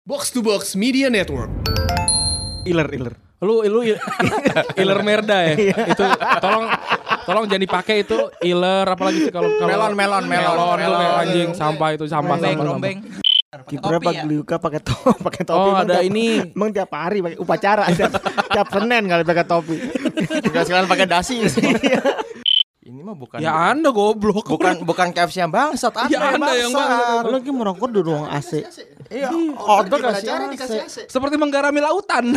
Box to Box Media Network. Iler. Lu iler merda ya. Itu tolong jangan dipakai itu iler apalagi sih kalau melon tuh kayak anjing sampah itu sampah. rombeng. Kipernya Pak Luka pakai topi. Oh, ada ini. Emang tiap hari pakai upacara tiap Senin kali pakai topi. Sekalian pakai dasi. Ini mah bukan. Ya Anda goblok. Bukan KFC yang bangsat. Ya Anda yang bangsat. Lu lagi merokok di ruang AC. Iya. Order kasih AC. Seperti menggarami lautan.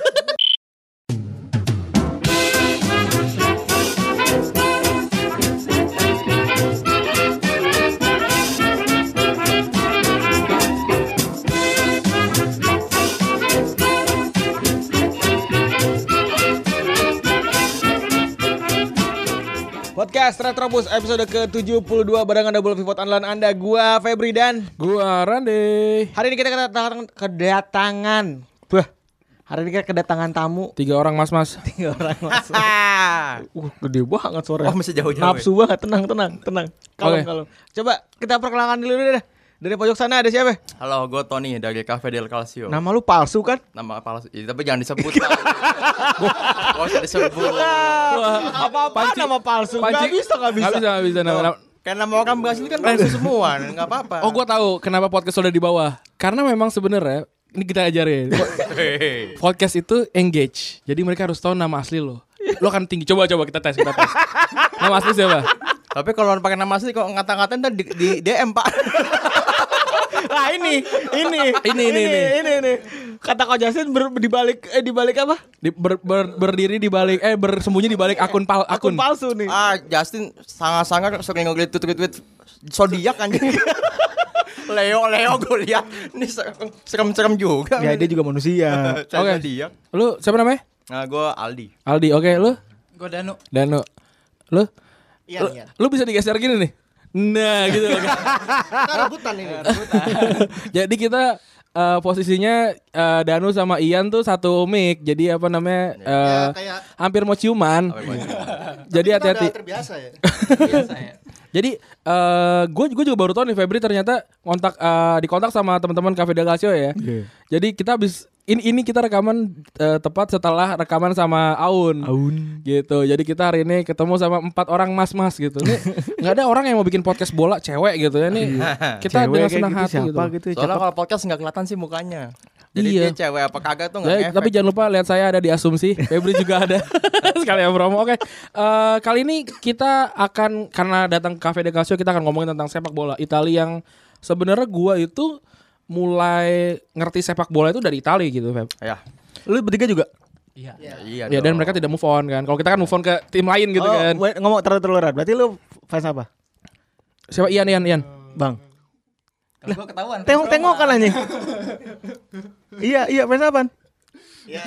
Podcast Retrobus episode ke-72 barengan Double Pivot Andalan Anda. Gua Febri dan Gua Rande. hari ini kita kedatangan tamu 3 orang mas-mas. 3 orang masuk. Gede banget suaranya. Oh, masih jauh-jauh. Nafsu banget, tenang. Oke. Kalem. Coba kita perkenalan dulu deh. Dari pojok sana ada siapa? Halo, gue Tony dari Cafe del Calcio. Nama lu palsu kan? Nama palsu. Ya, tapi jangan disebut lah. Gak usah disebut. Apa nama palsu? Gak bisa. Gak bisa. Kayak nama orang bahas ini kan palsu semua. Gak apa-apa. Oh, gua tahu kenapa podcast udah di bawah. Karena memang sebenarnya ini kita ajarin. Podcast itu engage. Jadi mereka harus tahu nama asli lo. Lo kan tinggi. Coba kita tes. Nama asli siapa? Tapi kalau pakai nama asli kok ngata-ngatain ntar di DM, Pak. Nah ini. Kata Ko Jasin di balik apa? Berdiri di balik bersembunyi di balik akun palsu nih. Justin sangat-sangat sering ngeliat tweet zodiak anjing. Leo gue lihat. Ini serem-serem juga. Ya dia juga manusia. Oke. Zodiak. Lu siapa namanya? Nah, gue Aldi. Oke, lu? Gue Danu. Lu? Iya. Lu bisa digeser gini nih. Nah, gitu. Rebutan ini. Jadi kita posisinya Danu sama Ian tuh satu mic. Jadi apa namanya? Kayak hampir mau ciuman. Jadi hati-hati. Terbiasa ya. Jadi gue juga baru tahu nih Febri ternyata dikontak sama teman-teman Cafe del Calcio ya. Yeah. Jadi kita habis ini kita rekaman tepat setelah rekaman sama Aun. Gitu. Jadi kita hari ini ketemu sama 4 orang mas-mas gitu. Nih nggak ada orang yang mau bikin podcast bola cewek gitu ya nih. Kita dengan senang hati gitu. Soalnya kalau podcast nggak kelihatan sih mukanya. Jadi Iya. dia cewek apa kagak tuh nggak efek. Tapi jangan lupa lihat saya ada di Asumsi. Febri juga ada. Sekalian promo. Oke. Kali ini kita akan karena datang ke Cafe del Calcio kita akan ngomongin tentang sepak bola Italia yang sebenarnya gua itu mulai ngerti sepak bola itu dari Italia gitu, Feb. Ya. Lu bertiga juga? Iya. Ya dan mereka tidak move on kan. Kalau kita kan move on ke tim lain gitu kan. Ngomong terlalu. Berarti lu fans apa? Siapa Ian. Bang. Kalau gua ketahuan. Tengok kan anjing. Iya, fans apaan? Ya.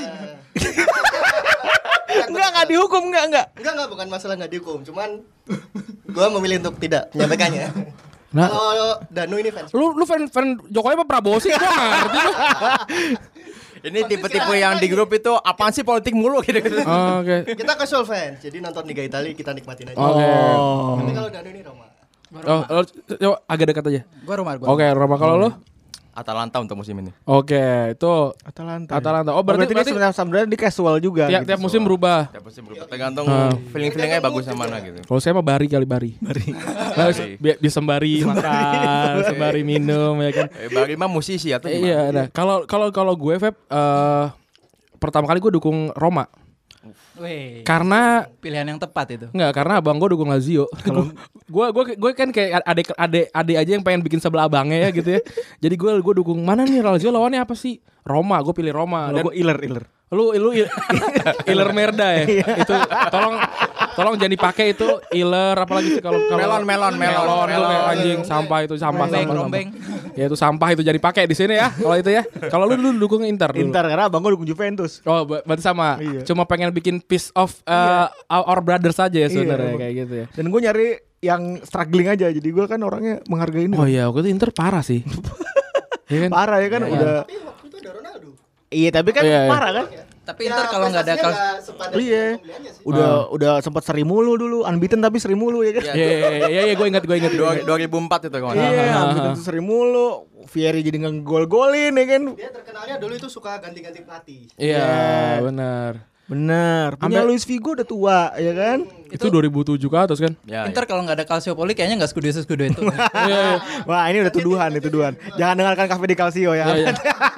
Enggak dihukum, enggak. Enggak, bukan masalah enggak dihukum, cuman gua memilih untuk tidak menyampaikannya. Nah, Kalau Danu ini fans. lu fan Jokowi apa Prabowo sih? Gua nggak ngerti lu. Ini tipe-tipe yang di grup itu apaan sih politik mulu gitu. Oke. Kita casual fans, jadi nonton Liga Italia kita nikmatin aja. Oke. Tapi kalau Danu ini Roma. Coba agak dekat aja. Gua Roma. Oke, Roma kalau lu? Atalanta untuk musim ini. Oke, itu Atalanta. Oh, berarti dia sebenarnya di casual juga. tiap musim berubah. Tiap musim berubah tergantung feeling-feelingnya bagus sama mana gitu. Kalau saya mah Bari. Bisa sembari makan, sembari minum ya kan. Bari mah musisi atau gimana? Iya, nah kalau gue Feb pertama kali gue dukung Roma. Wih, Karena pilihan yang tepat itu. enggak, karena abang gue dukung Lazio. Gue kan kayak adik aja yang pengen bikin sebelah abangnya ya gitu ya. Jadi gue dukung mana nih Lazio lawannya apa sih? Roma, gue pilih Roma. Kalau Dan gua iler. lu iler merda ya. Itu tolong jangan dipakai itu iler apalagi sih kalau Melon. tuh kayak anjing sampah itu sampah. Rombeng. Ya itu sampah itu jadi pakai di sini ya. Kalau itu ya. Kalau lu dulu dukung Inter dulu. Inter karena abang gua dukung Juventus. Oh, berarti sama. Iya. Cuma pengen bikin piece of our brothers aja ya sebenarnya kayak gitu ya. Dan gue nyari yang struggling aja. Jadi gue kan orangnya menghargai ini. Oh iya, waktu itu Inter parah sih. Iya kan? Parah ya kan Iya. udah. Tapi waktu itu ada Ronaldo. Iya tapi kan Iya. parah kan. Tapi Inter kalau nggak ada Iya. Udah sempat seri mulu dulu, unbeaten tapi seri mulu ya kan. Iya, gue ingat. 2004 itu kawan. Iya, unbeaten tuh seri mulu. Vieri jadi ngegol-golin ya kan. Dia terkenalnya dulu itu suka ganti-ganti pelatih. Iya, benar. Punya Luis Figo udah tua ya kan. Itu 2007 ke atas kan? Ya, Inter kalau nggak ada Calciopoli kayaknya nggak Scudetto itu. Wah, ini udah tuduhan. Jangan dengarkan Cafe di Calcio ya. Iya.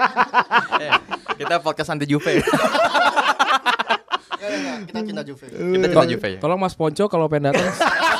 Kita podcast anti Juve. Enggak, kita cinta Juve. Kita cinta Juve. Tolong Mas Ponco kalau pengen datang.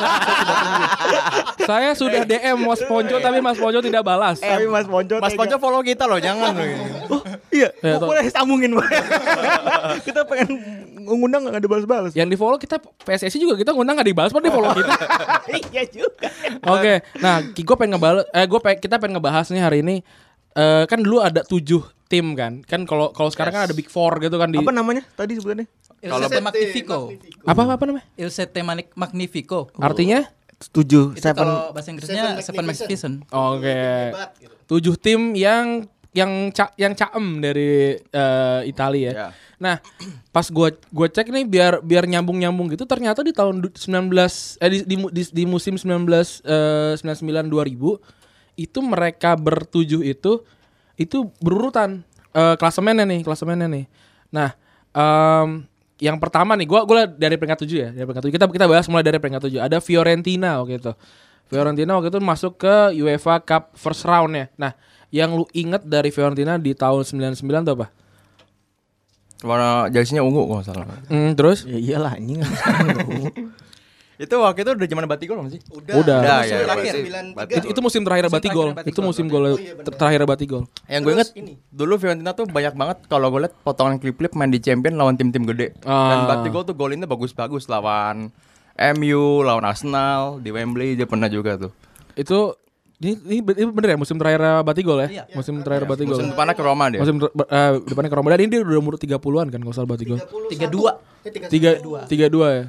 Saya sudah DM Mas Ponco tapi Mas Ponco tidak balas. Tapi Mas Ponco Follow kita loh, jangan loh. iya, Ya, boleh sambungin Pak. Kita pengen ngundang enggak ada balas-balas. Yang di follow kita PSSI juga kita ngundang nggak dibalas, padahal di follow kita. Iya juga. Oke, nah gue pengen ngebahas, kita pengen ngebahas nih hari ini. Kan dulu ada 7 tim kan kalau sekarang kan ada Big Four gitu kan di. Apa namanya tadi sebutannya? Il Sette Magnifico. Apa namanya? Il Sette Magnifico. Artinya? 7, Itu 7. kalau bahasa Inggrisnya Seven Magnificent. Oke. 7 tim yang caem dari Italia ya. Ya. Nah, pas gue cek nih biar nyambung gitu, ternyata di tahun di musim 99 2000 itu mereka bertujuh itu berurutan klasemennya nih. Nah, yang pertama nih, gue dari peringkat 7 ya. Dari peringkat 7 kita bahas mulai dari peringkat 7. Ada Fiorentina waktu itu. Fiorentina waktu itu masuk ke UEFA Cup first round ya. Nah, yang lu inget dari Fiorentina di tahun 99 tuh apa? Warna jersinya ungu kalau nggak salah. Terus? Ya iyalah anjing. Itu waktu itu udah zaman Batigol belum sih? Udah. Ya, Terakhir. Itu musim terakhir Batigol. Itu musim gol terakhir Batigol. Yang gue inget dulu Fiorentina tuh banyak banget kalau gue liat potongan klip-klip main di Champion lawan tim-tim gede. Dan Batigol tuh golinnya bagus-bagus lawan MU, lawan Arsenal di Wembley dia pernah juga tuh. Itu ini bener ya musim terakhir Batigol ya? Iya. Musim terakhir Batigol. Musim depannya ke Roma dia. Musim depannya ke Roma. Dan ini dia udah umur 30-an kan kalau salah Batigol. 32. 32 ya.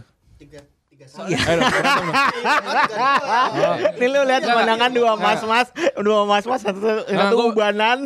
Nih lu lihat pemandangan dua mas-mas satu ubanan.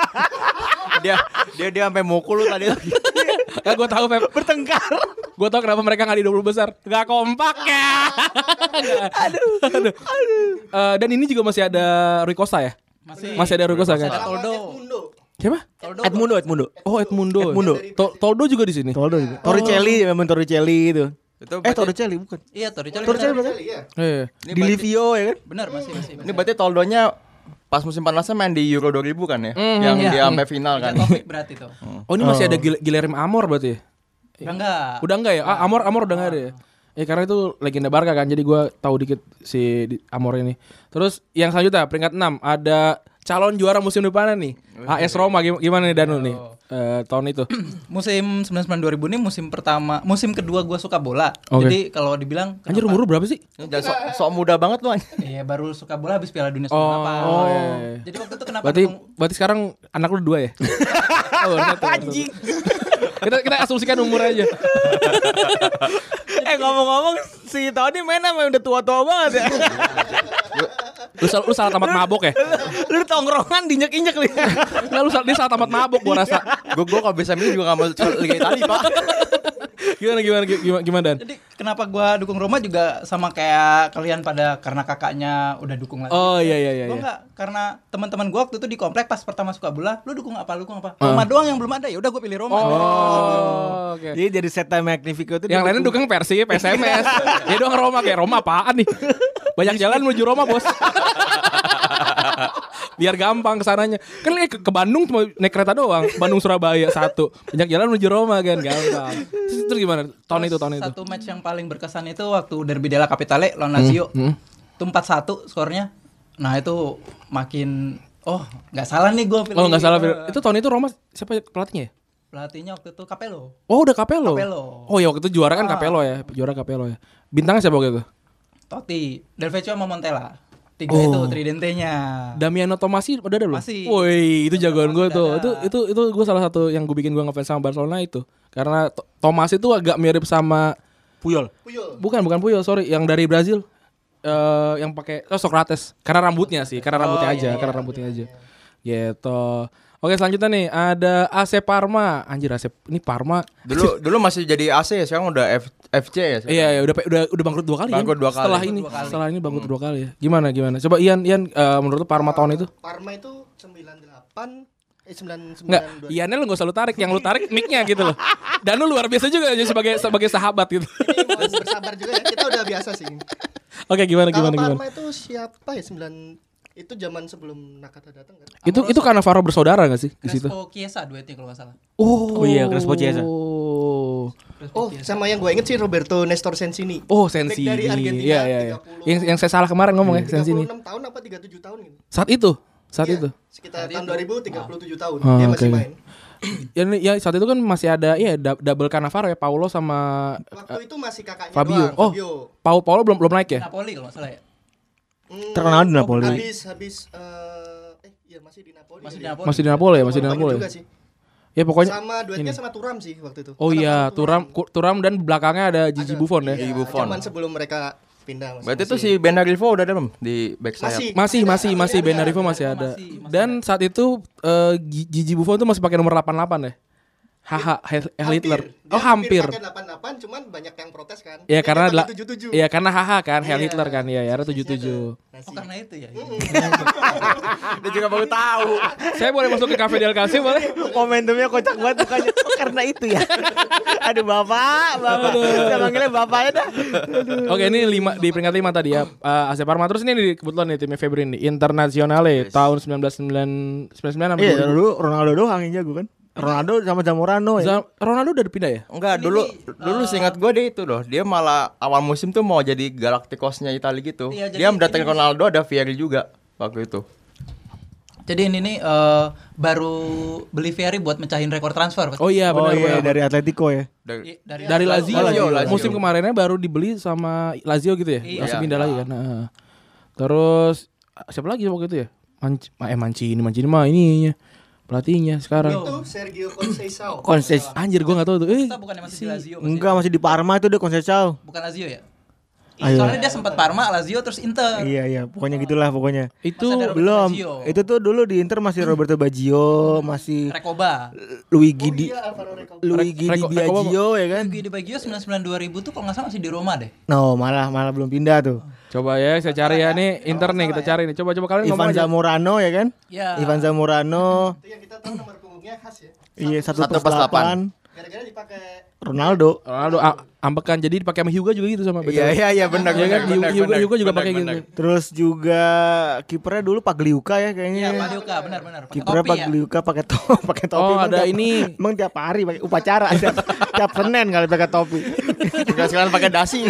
Dia sampai mukul lu tadi. Gue tahu Pep. Bertengkar. Gue tahu kenapa mereka nggak di 20 besar. Gak kompak ya. Aduh. Dan ini juga masih ada Rui Costa ya? Masih ada Rui Costa kan? Ada Toldo. Siapa? Edmundo. Oh Edmundo. Toldo juga di sini. Toldo juga. Torricelli memang Torricelli itu. Itu Torricelli bukan. Iya, Torricelli. Iya. Di Livio ya kan? Benar, masih. Ini berarti Toldonya pas musim panasnya main di Euro 2000 kan ya? Yang Iya. dia sampai final kan. Topik berarti tuh. Oh ini masih ada Guilherme Amor berarti ya? Udah enggak ya? Amor udah enggak ada ya? Ya karena itu legenda Barca kan, jadi gue tahu dikit si Amor ini. Terus yang selanjutnya peringkat 6 ada calon juara musim depannya nih. AS Roma gimana nih Danu nih tahun itu? Musim 99-2000 ini musim kedua gue suka bola. Oke. Jadi kalau dibilang Anjir umur berapa sih? Jangan sok muda banget lu anjing. iya baru suka bola habis Piala Dunia 98. iya. Jadi waktu itu kenapa Berarti sekarang anak lu 2 ya? Anjing. Kita asumsikan umur aja. Ngomong-ngomong si Tony main sama udah tua-tua banget ya. Lu salah tamat mabok ya? Lu tongkrongan diinjek-injek nih. Nggak, dia salah tamat mabok gua rasa. Gue kalau bisa milih juga gak mau Liga Italia Pak. Gimana Dan? Jadi kenapa gue dukung Roma juga sama kayak kalian pada karena kakaknya udah dukung lagi. Oh iya. Gue enggak, karena teman-teman gue waktu itu di komplek pas pertama suka bola, lu dukung apa? Roma doang yang belum ada, ya udah gue pilih Roma. Oh, oke. Jadi jadi Sette Magnifico itu Yang lainnya dukung Persib, PSMS. Dia doang Roma, kayak Roma apaan nih? Banyak jalan menuju Roma, Bos. Biar gampang kesananya. Kan ke Bandung cuma naik kereta doang. Bandung Surabaya 1. Banyak jalan menuju Roma kan, gampang. Terus gimana? Tahun itu. Satu match yang paling berkesan itu waktu Derby della Capitale lawan Lazio. Itu 4-1 skornya. Nah, itu makin enggak salah nih gue pilih. Oh, enggak salah. Itu tahun itu Roma siapa pelatihnya ya? Pelatihnya waktu itu Capello. Oh, udah Capello. Oh, ya waktu itu juara kan Capello ya. Juara Capello ya. Bintangnya siapa waktu itu? Totti, Del Vecchio sama Montella. 3 itu tridentenya. Damiano Tomasi udah ada belum? Masih. Woi, itu jagoan gue tuh. Itu gue salah satu yang gue bikin gue ngefans sama Barcelona itu. Karena Tomasi itu agak mirip sama Puyol. Bukan Puyol, sorry, yang dari Brazil. Yang pakai Socrates. Karena rambutnya aja. Gitu. Oke, selanjutnya nih ada AC Parma. Anjir, AC ini Parma. Dulu masih jadi AC ya, sekarang udah FC ya. Sekarang. Iya, udah bangkrut 2 kali Bangkrut kan? 2 kali. Setelah ini bangkrut 2 kali ya. Gimana? Coba Ian menurut lu Parma tahun itu? Parma itu 99 Enggak, Iannya lu gak usah lu tarik, yang lu tarik mic-nya gitu loh. Dan lu luar biasa juga aja sebagai sahabat gitu. Ini mohon bersabar juga ya. Kita udah biasa sih. Oke, gimana? Kalau Parma itu siapa ya? Itu zaman sebelum Nakata datang kan? Itu Cannavaro bersaudara gak sih di situ? Crespo Chiesa duetnya kalau nggak salah. Oh iya, Crespo Chiesa. Oh, sama yang gue inget sih Roberto Nestor Sensini. Oh, Back Sensini. dari Argentina. Iya. Yang saya salah kemarin ngomong ya, Sensini. 36 tahun apa 37 tahun gitu. Saat itu. Iya, Itu. Sekitar tahun 2000 37 tahun. Oh, Dia masih oke. main. Ya saat itu kan masih ada double Cannavaro ya, Paulo sama Waktu itu masih kakaknya Fabio. doang, Oh, Paulo belum naik ya? Napoli kalau nggak salah ya. Terkenal di Napoli. Habis iya masih di Napoli. Masih di jadi. Napoli. Masih di Napoli ya, masih di Banyak Napoli. juga sih. Ya pokoknya Sama duetnya sama Thuram sih waktu itu. Oh iya, Cannavaro, Turam dan belakangnya ada Gigi Buffon ya. Iya, Buffon. Zaman sebelum mereka pindah. Berarti itu si Benarivo udah ada belum di back sayap? Masih Benarivo masih ada. Dan saat itu Gigi Buffon tuh masih pakai nomor 88 ya. Haha, Hitler. Oh, hampir. Pakai 88 cuman banyak yang protes kan. Iya karena Dia pakai 77. Iya karena haha kan, Heil Iya. Hitler kan. Iya, era 77. Oh karena itu ya. Dia juga baru tahu. Saya boleh masuk ke Cafe Del Calcio boleh? Momentumnya kocak banget bukannya karena itu ya. Aduh bapak. Saya manggilnya bapaknya dah. Oke, ini 5 di peringkat 5 tadi ya. AC Parma terus ini kebetulan nih timnya Febri nih, Internazionale tahun 1999 apa Iya 2000? dulu Ronaldo doang yang jago kan. Ronaldo sama Zamorano ya. Ronaldo udah pindah ya? Enggak, dulu seingat gue dia itu loh. Dia malah awal musim tuh mau jadi Galacticosnya Italia gitu. Iya, Dia jadi mendatangkan Ronaldo, ada Vieri juga waktu itu. Jadi ini nih baru beli Vieri buat mecahin rekor transfer. Oh iya Oh benar iya benar. dari Atletico ya. Dari Lazio. Lazio. Musim kemarinnya baru dibeli sama Lazio gitu ya. Iya. Langsung pindah lagi kan. Nah. Terus siapa lagi waktu itu ya? Mancini mah ininya pelatihnya sekarang. Itu Sergio Conceição. Anjir gua enggak tahu tuh. Kita bukannya masih di Lazio masih? Enggak masih di Parma itu dia Conceição. Bukan Lazio ya? Ayo. Soalnya dia sempat Parma, Lazio terus Inter. Iya pokoknya gitulah pokoknya. Itu Masa ada Belum. Baggio. Itu tuh dulu di Inter masih Roberto Baggio, masih Rekoba. Luigi Di Alvaro Recoba. Luigi Di Rekoba- Biagio ya kan. Luigi Di Baggio 99 2000 tuh kalau nggak salah masih di Roma deh. No, malah belum pindah tuh. coba ya saya cari ya nih Inter nih kita cari nih. Coba kalian ngomong Ivan aja. Zamorano ya kan? Ya. Ivan Zamorano. Itu yang kita tahu nomor punggungnya khas ya. Iya 1+8. 1+8. Gara-gara dipakai Ronaldo. Ambekan jadi dipakai sama Hyuga juga gitu sama Iya benar. Iya kan Hyuga juga pakai gitu. Terus juga kipernya dulu Pagliuca ya kayaknya. Iya, Pagliuca benar. Pakai Kipernya topi ya. Pagliuca pakai pakai topi. Oh, Emang ada tiap- ini. Emang tiap hari pakai upacara tiap Senin kali pakai topi. Sekarang pakai dasi.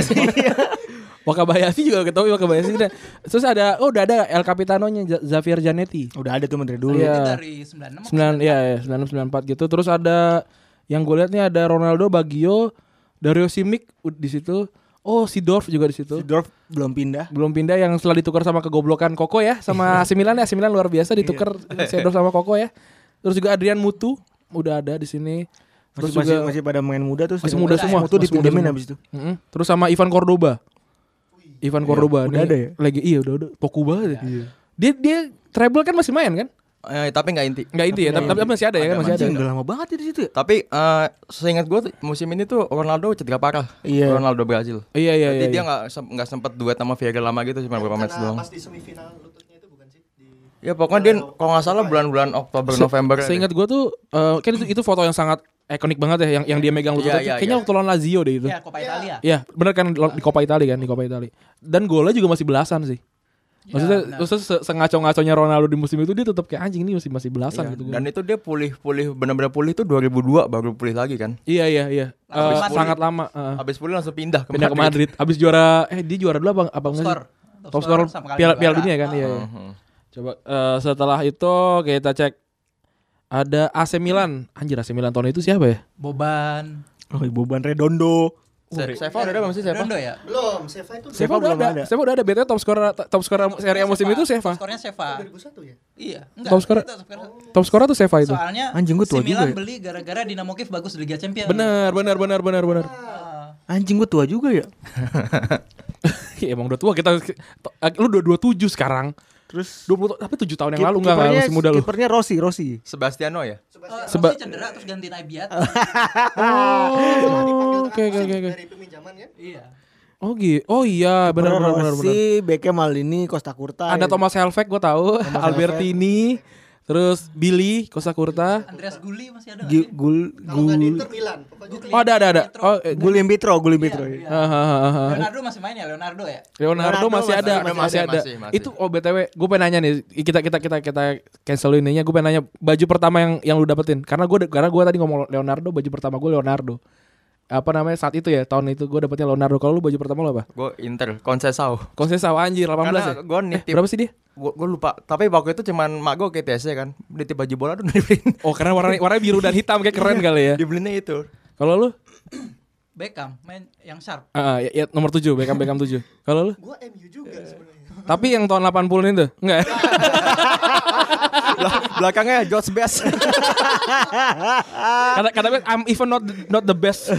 Wakabayashi juga ketemu Wakabayashi. Terus udah ada El Capitanonya Xavier Zanetti. Udah ada tuh menteri dulu. Iya. Itu dari 96. 96 94 gitu. Terus ada yang gue lihat nih ada Ronaldo, Baggio, Dario Simic di situ. Oh, Seedorf juga di situ. Seedorf belum pindah. Belum pindah yang setelah ditukar sama kegoblokan Koko ya sama AC Milan ya. AC Milan luar biasa ditukar Seedorf sama Koko ya. Terus juga Adrian Mutu udah ada di sini. Terus Masih pada main muda tuh. masih muda semua. Tuh Masih muda dipinjemin semua. habis itu. Terus sama Ivan Cordoba. Ivan Cordoba udah nih, ada ya? Lagi udah Poku banget ya. Dia treble kan masih main kan? Tapi nggak inti. Enggak inti ya, tapi masih ada ya kan masih ada. Anjing, udah lama banget ya di situ ya. Tapi seingat gue musim ini tuh Ronaldo cedera parah. Iya. Ronaldo Brazil. Iya. Jadi dia nggak sempet duet sama Vieri lama gitu, cuma beberapa match doang. pas di semifinal lututnya itu bukan sih di Ya pokoknya dia kalau nggak salah bulan-bulan Oktober November. Seingat gue tuh kan itu foto yang sangat ikonik banget ya yang dia megang lututnya. Iya, Kayaknya iya. waktu lawan Lazio deh itu. Ya, Coppa Italia. Iya, bener kan di Coppa Italia kan, di Coppa Italia. Dan golnya juga masih belasan sih. Maksudnya sengaco-ngaconya Ronaldo di musim itu dia tetap kayak anjing ini masih belasan Iya. gitu. Dan itu dia pulih benar-benar pulih itu 2002 baru pulih lagi kan. Iya. Langsung Sangat lama. Habis pulih langsung pindah Pindah ke Madrid. Habis juara dia juara dulu apa enggak sih? Skor. Top scorer sama Piala Juara. Dunia kan, iya. Coba setelah itu kita cek ada AC Milan. Anjir AC Milan tahun itu siapa ya? Boban. Oh, Boban Redondo. Seva udah ada belum sih Seva? Rondo ya? belum Seva itu Seva udah ada. Seva udah ada. BTW top scorer Serie A musim itu Seva. Skornya Seva. 2001 ya. Iya, enggak. Top scorer. itu top scorer. Top scorer tuh Seva itu. Soalnya Anjing, gua tua si Milan juga ya. beli gara-gara Dinamo Kiev bagus di Liga Champions. Bener. Anjing gue tua juga ya. Emang udah tua kita. Lu udah 27 sekarang. Terus 20 tapi 7 tahun yang lalu enggak masih muda lu. Kipernya Rossi. Sebastiano ya? Rossi cedera terus gantiin Ibiat. Oke. Dari peminjaman ya. Iya. Oh iya, benar. Rossi, Beckham, Maldini, Costa Curta. Ada Thomas Helveg gue tahu, Albertini, terus Billy, Costa Curta. Andreas Gulli masih ada nggak sih? Kalau nggak di Inter Milan. Pokoknya Oh ada. Oh, Gulim Pitro. Iya. Leonardo masih main ya, Leonardo ya? Leonardo masih ada. masih. Itu BTW, gue pengen nanya nih, kita cancel ininya. Gue pengen nanya baju pertama yang lu dapetin. Karena gue tadi ngomong Leonardo, baju pertama gue Leonardo. Apa namanya saat itu ya, tahun itu gue dapetnya Leonardo. Kalau lu baju pertama lu apa? Gue Inter, Conceição. Anjir 18 Karena ya? gue nitip. Berapa sih dia? Gue lupa. Tapi waktu itu cuman mak gue KTC kan. Nitip baju bola tuh dibeliin. Oh karena warna biru dan hitam kayak keren kali ya. Dibeliinnya itu. Kalau lu? Beckham main yang sharp. Ya, nomor 7, Beckham 7. Kalau lu? gua MU juga sebenarnya. Tapi yang tahun 80 itu? Enggak. Belakangnya George Best. Kata I'm even not the best.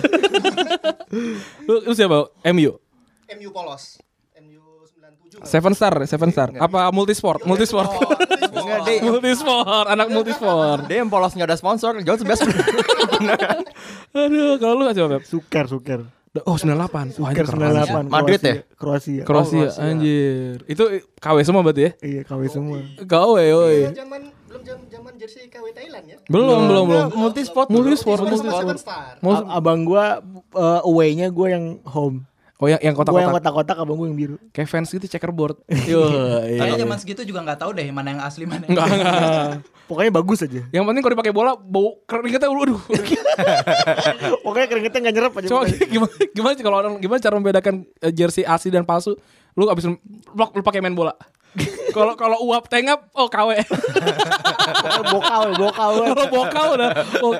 Lu siapa? MU. MU polos. MU 97. Seven star. Apa multisport? Enggak, dia Anak multisport. yang polos nggak ada sponsor. George Best. Aduh, kalau lu siapa, Beb? Suker. Oh, 98. Wah, Suker 98. Madrid ya? Kroasia. Anjir. Itu KW semua berarti ya? Iya, KW semua. KW, oi. Zaman jersey KW Thailand ya. Belum. Multisport. Seven Star. Abang gua away-nya gua yang home. Oh, yang Gua yang kotak-kotak. kotak-kotak, abang gua yang biru. Kayak fans gitu checkerboard. Yo, Kayaknya iya. zaman segitu juga nggak tahu deh mana yang asli mana yang Enggak. Pokoknya bagus aja. Yang penting kalau dipakai bola bau keringetnya aduh. Pokoknya keringetnya enggak nyerap aja. Coba gimana sih kalau orang gimana cara membedakan jersey asli dan palsu? Lu abis lu pakai main bola. Kalau uap tengap KW. Bokau. Kalau bokau udah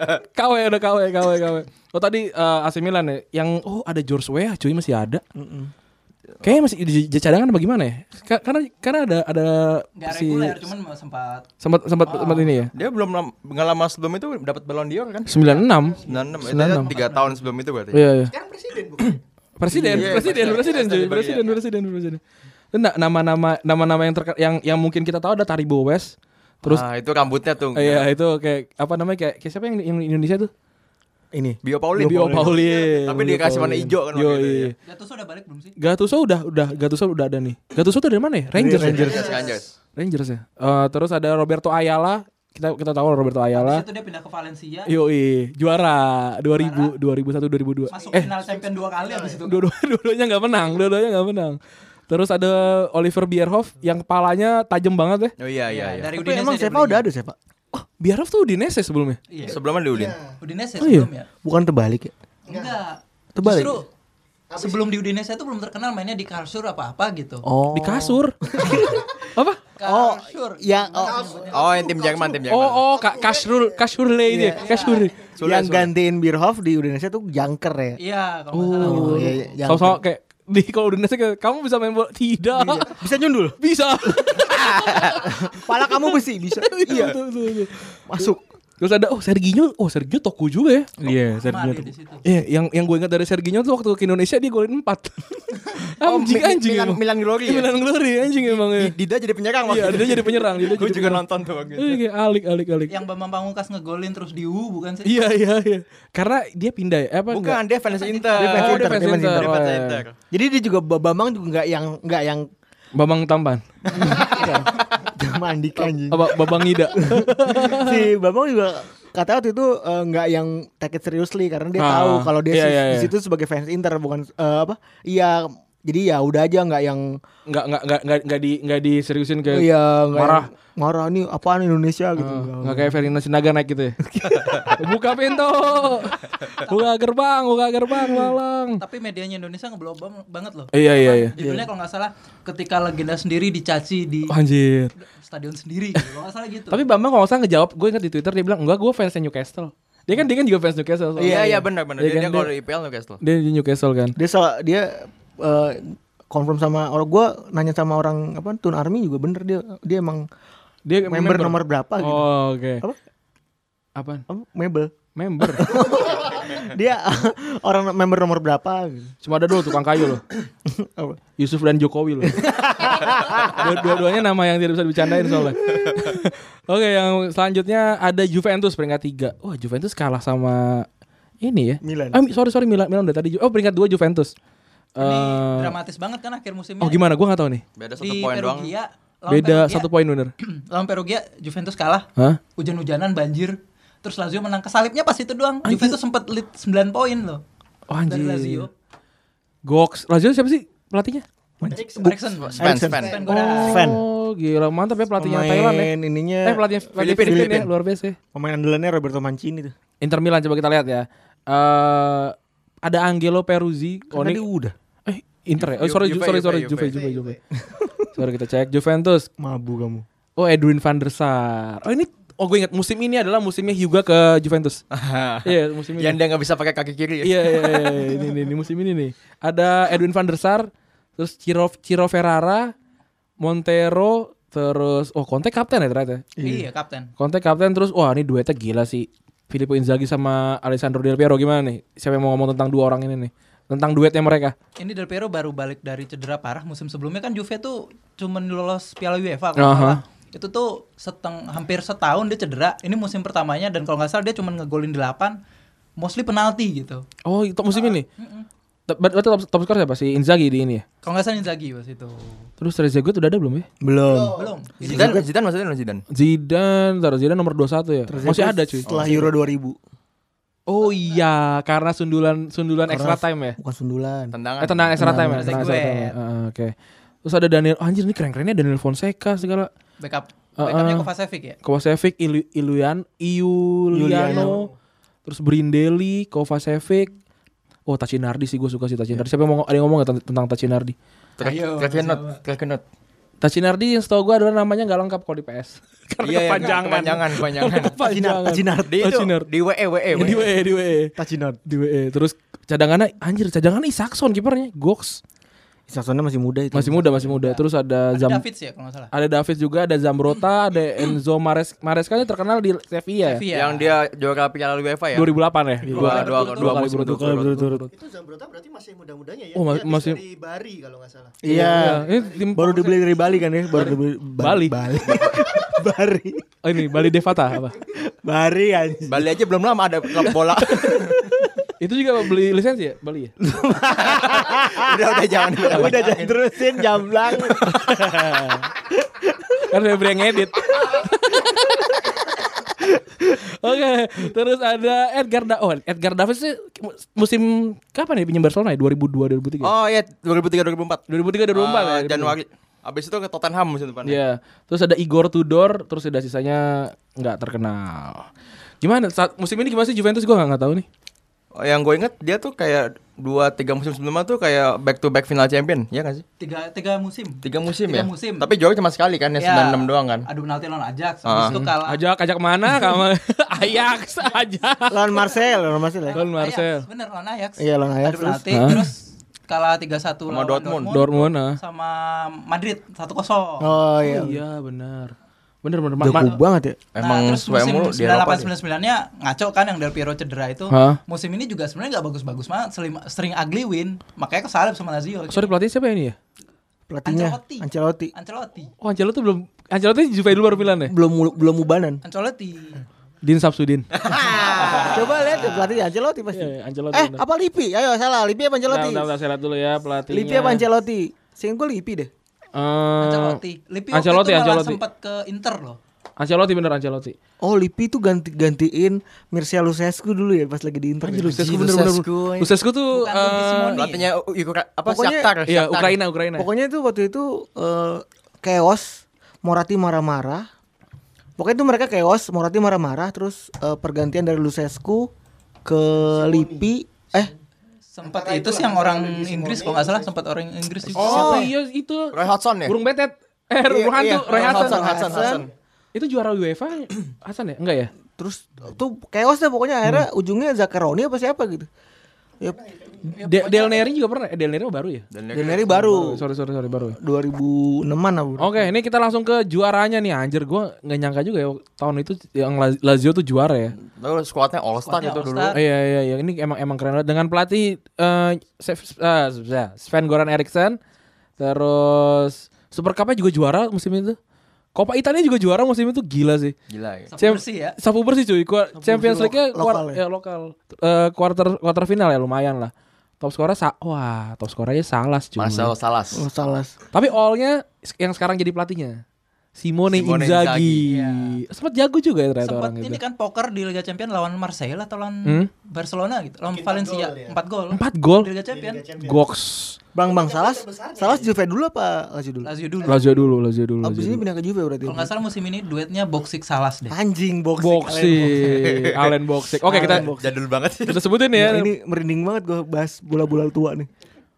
KW. Oh tadi AC Milan ya. Yang ada George Weah cuy masih ada. Kayaknya masih di cadangan bagaimana ya? Karena ada nggak si reguler, cuman sempat sempat ini ya. Dia belum lama sebelum itu dapat Ballon d'Or kan? 96. 96. Itu 3 tahun sebelum itu berarti. Iya. Sekarang presiden bukan? Presiden. Dan nama-nama yang mungkin kita tahu ada Taribo West. Terus itu rambutnya tuh. iya itu kayak apa namanya kayak siapa yang Indonesia tuh? Ini. Bio Paulin. Tapi dia kasih warna hijau kan waktu itu ya. Gattuso udah balik belum sih? Gattuso udah ada nih. Gattuso tuh dari mana ya? Rangers ya. Terus ada Roberto Ayala. Kita tahu Roberto Ayala. Habis itu dia pindah ke Valencia. Yoi, juara 2001 2002. Masuk final champion 2 kali habis itu. Dua-duanya enggak menang. Terus ada Oliver Bierhoff yang kepalanya tajam banget ya. Oh iya. Dari Tapi Udinese. emang Sepa udah ada Sepa? Oh, Bierhoff tuh Udinese sebelumnya. Iya. Sebelumnya di Udin. Udinese Oh, iya? sebelum ya. Bukan terbalik ya? Enggak. Terbalik. Justru sebelum di Udinese itu belum terkenal mainnya di Karlsruhe apa gitu. Oh. Di kasur. Apa? Karlsruhe. Yang Yang tim Jerman. Kasurle itu. Kasurle. yang gantiin Bierhoff di Indonesia tuh Janker ya. Iya, kalau nggak salah. Oh, iya, Janker. Sama-sama kayak kalau Indonesia kayak kamu bisa main bola? Tidak. Bisa nyundul. Bisa. Pala kamu besi bisa. Iya. Betul. Masuk. Terus ada Serginho Toko juga ya. Iya, Serginho. Mari di situ. Iya, yang gue ingat dari Serginho tuh waktu ke Indonesia dia golin 4. Anjing. Milan Glory. Milan Glory anjing emang ya. Dida jadi penyerang Iya, dia jadi penyerang. Gue juga nonton tuh waktu itu. Iya, alik. Yang Bambang Pamungkas ngegolin terus bukan sih? Iya. Karena dia pindah ya. Apa Bukan, dia fans Inter. Dia fans Inter. Dia fans Inter. Jadi dia juga Bambang juga enggak yang Bambang Tampan. mandi kanji. Bambang Ida. Si Bambang juga katanya waktu itu nggak yang take it seriously karena dia tahu kalau dia di situ sebagai fans Inter bukan iya jadi ya udah aja nggak yang nggak diseriusin kayak marah nih apaan Indonesia gitu nggak kayak Ferdinand Sinaga naik gitu ya. buka gerbang malang. Tapi medianya Indonesia ngeblow banget loh. Iya. Judulnya kalau nggak salah ketika legenda sendiri dicaci di Anjir. stadion sendiri gitu. Kalau nggak salah gitu. Tapi Bambang kalau nggak salah ngejawab, gue ingat di Twitter dia bilang enggak, gue fans Newcastle. Dia kan juga fans Newcastle. Iya benar. Dia kan, kalau di IPL Newcastle. Dia di Newcastle kan. Dia confirm sama orang, gue nanya sama orang apa Tun Army juga bener dia emang dia member nomor berapa gitu. Oh, oke. Apa? Apaan? Member. Dia orang member nomor berapa gitu. Cuma ada 2 tukang kayu loh. Yusuf dan Jokowi loh. Dua-duanya nama yang tidak bisa dibicarain soalnya. Oke, yang selanjutnya ada Juventus peringkat 3. Wah, Juventus kalah sama ini ya. Milan. Sorry Milan udah tadi. Oh, peringkat 2 Juventus. Ini dramatis banget kan akhir musimnya. Oh, gimana? Gua enggak tahu nih. Beda 1 Di poin doang. Perugia, Beda 1 poin bener. lawan Perugia Juventus kalah. Hah? Hujan-hujanan banjir. Terus Lazio menang, kesalipnya pas itu doang. Juventus sempat lead 9 poin loh. Oh, anjir. Dari Lazio. Goks. Lazio siapa sih pelatihnya? Eriksen. Sven. Oh, gila mantap ya pelatihnya Thailand ya. Ininya Pelatih Filipina ya, luar biasa ya. pemain andalannya Roberto Mancini tuh. Inter Milan coba kita lihat ya. Ada Angelo Peruzzi. Karena dia udah Inter ya. Oh, sorry Juve. Sorry kita cek Juventus. mabu kamu. Oh, Edwin van der Sar. Oh, ini gue ingat musim ini adalah musimnya Hyuga ke Juventus. Iya, musim ini. Yang dia nggak bisa pakai kaki kiri. Iya. Ini musim ini nih. Ada Edwin van der Sar, terus Ciro Ferrara, Montero, terus Conte kapten ya ternyata. Iya, kapten. Conte kapten, terus wah ini duetnya gila sih. Filippo Inzaghi sama Alessandro Del Piero, gimana nih? Siapa yang mau ngomong tentang dua orang ini nih? Tentang duetnya mereka. Ini Del Piero baru balik dari cedera parah. Musim sebelumnya kan Juve tuh cuman lolos Piala UEFA kalau nggak salah. Itu tuh hampir setahun dia cedera. Ini musim pertamanya dan kalau nggak salah dia cuma ngegolin 8, mostly penalti gitu. Oh, itu musim ini. Berarti top skor siapa sih? Inzaghi di ini ya? Kalau nggak salah Inzaghi pas itu. Terus Trezeguet udah ada belum ya? Belum. Zidane maksudnya Zidane. Zidane nomor 21 ya. Masih ada cuy. Setelah Euro 2000. Oh iya, karena sundulan extra time ya. Bukan sundulan. Tendangan extra time ya. Trezeguet. Oke. Terus ada Daniel, anjir ini keren-kerennya Daniel Fonseca segala. Backupnya Kovacevic ya. Kovacevic, Iuliano, terus Brindelli, Kovacevic. Oh, Tacinardi sih, gue suka sih Tacinardi. Siapa yang ada yang ngomong gak tentang Tacinardi? Terkenot. Tacinardi yang setahu gue adalah namanya nggak lengkap kalau di PS. Karena kepanjangan. Tacinardi itu di WE. Di WE. Terus cadangannya Isakson kipernya, Goks. Isaksonnya masih muda itu. Masih muda. Terus ada Davids ya kalau nggak salah. Ada Davids juga, ada Zambrota, ada Enzo Maresca ini terkenal di Sevilla. Yang dia juara Piala UEFA ya. 2008 ya. Dua musim berturut-turut. Itu Zambrota berarti masih muda-mudanya ya. Oh, Dia masih dari Bari kalau nggak salah. Iya. Ini tim Baru dibeli dari Bali kan ya? Baru dibeli Bali. Bari. Oh ini Bali Devata apa? Bari anjing. Bali aja belum lama ada klub bola. Itu juga beli lisensi ya Bali ya? udah jangan. Udah jangan terusin jamblang. Kan Febri yang ngedit. Oke, terus ada Edgar Davids sih musim kapan ya pinjam Barcelona ya? 2002 2003. Oh iya, 2003 2004 ya. Januari. Abis itu ke Tottenham musim depan. Iya. Terus ada Igor Tudor, terus ada sisanya nggak terkenal. Gimana saat musim ini gimana sih Juventus, gue nggak tahu nih. Oh, yang gue inget dia tuh kayak 2-3 musim sebelumnya tuh kayak back to back final champion, ya nggak sih? Tiga musim. 3 musim ya. Musim. Tapi juara cuma sekali kan, ya 96 doang kan. Adu penalti lawan Ajax, habis itu kalah. Ajak mana kamu? Ajax aja. Lawan Marcel ya. Lawan Marcel. Bener lawan Ajax. Iya, lawan Ajax. Adu penalti terus kalah 3-1 sama lawan Dortmund. Sama Madrid 1-0. Oh iya. Iya benar. Bener. Jago banget ya. Emang terus musim mulu di Eropa. 98-99-nya ngaco kan yang Del Piero cedera itu. Musim ini juga sebenarnya enggak bagus-bagus banget, sering ugly win. Makanya kesalip sama Lazio. Sorry pelatih siapa ini ya? Pelatihnya Ancelotti. Oh, Ancelotti Juve dulu baru bilang ya? Belum ubanan. Ancelotti. Din Sapsudin. Coba lihat ya pelatih Ancelotti pasti. Ancelotti. Apa Lippi? Ayo salah, Lippi apa Ancelotti? Nah, saya lihat dulu ya pelatihnya. Lippi apa Ancelotti? Seingat gue Lippi deh. Ancelotti. Lippi waktu itu malah sempat ke Inter loh. Ancelotti. Oh, Lippi tuh gantiin Mircea Lucescu dulu ya pas lagi di Inter. Lucescu tuh pelatihnya Shakhtar. Iya, Ukraina. Pokoknya itu waktu itu chaos, Moratti marah-marah. Pokoknya itu mereka chaos, Moratti marah-marah, terus pergantian dari Lucescu ke Lippi. Sempat itu sih yang orang Inggris kalau nggak salah, sempat orang Inggris juga. Oh iya itu Roy Hodgson ya? Burung betet. Roy Hodgson. Itu juara UEFA Hasan ya? Enggak ya? Terus tuh chaos deh pokoknya akhirnya ujungnya Zaccheroni apa siapa gitu. Yep. Del Neri juga pernah. Del Neri baru ya? Del Neri baru. Sorry baru ya. 2006-an lah. Oke, ini kita langsung ke juaranya nih. Anjir, gue nggak nyangka juga ya tahun itu yang Lazio tuh juara ya. Lalu skuadnya All Star itu dulu. Iya. Ini emang keren banget. Dengan pelatih Sven Goran Eriksson. Terus Super Cup-nya juga juara musim itu. Coppa Italia juga juara musim itu, gila sih. Gila ya. Sapu bersih cuy. Champions League-nya lokal. Quarter final ya lumayan lah. Top skornya top skornya Salas cuy. Marcelo Salas. Tapi all-nya yang sekarang jadi pelatihnya Simone Inzaghi. Sempat jago juga ya ternyata orang itu. Ini kan poker di Liga Champions lawan Marseille atau lawan Barcelona gitu. Lawan Valencia 4 gol. 4 gol. Di Liga Champions. Goks. Bang Salas Juve dulu apa Lazio dulu? Lazio dulu. Abis ini pindah ke Juve berarti. Kalau nggak salah musim ini duetnya Boksik Salas deh. Anjing Boksik. Allen Boksik. Oke, kita jadul banget sih. Kita sebutin ya. Ini merinding banget gue bahas bola-bola tua nih.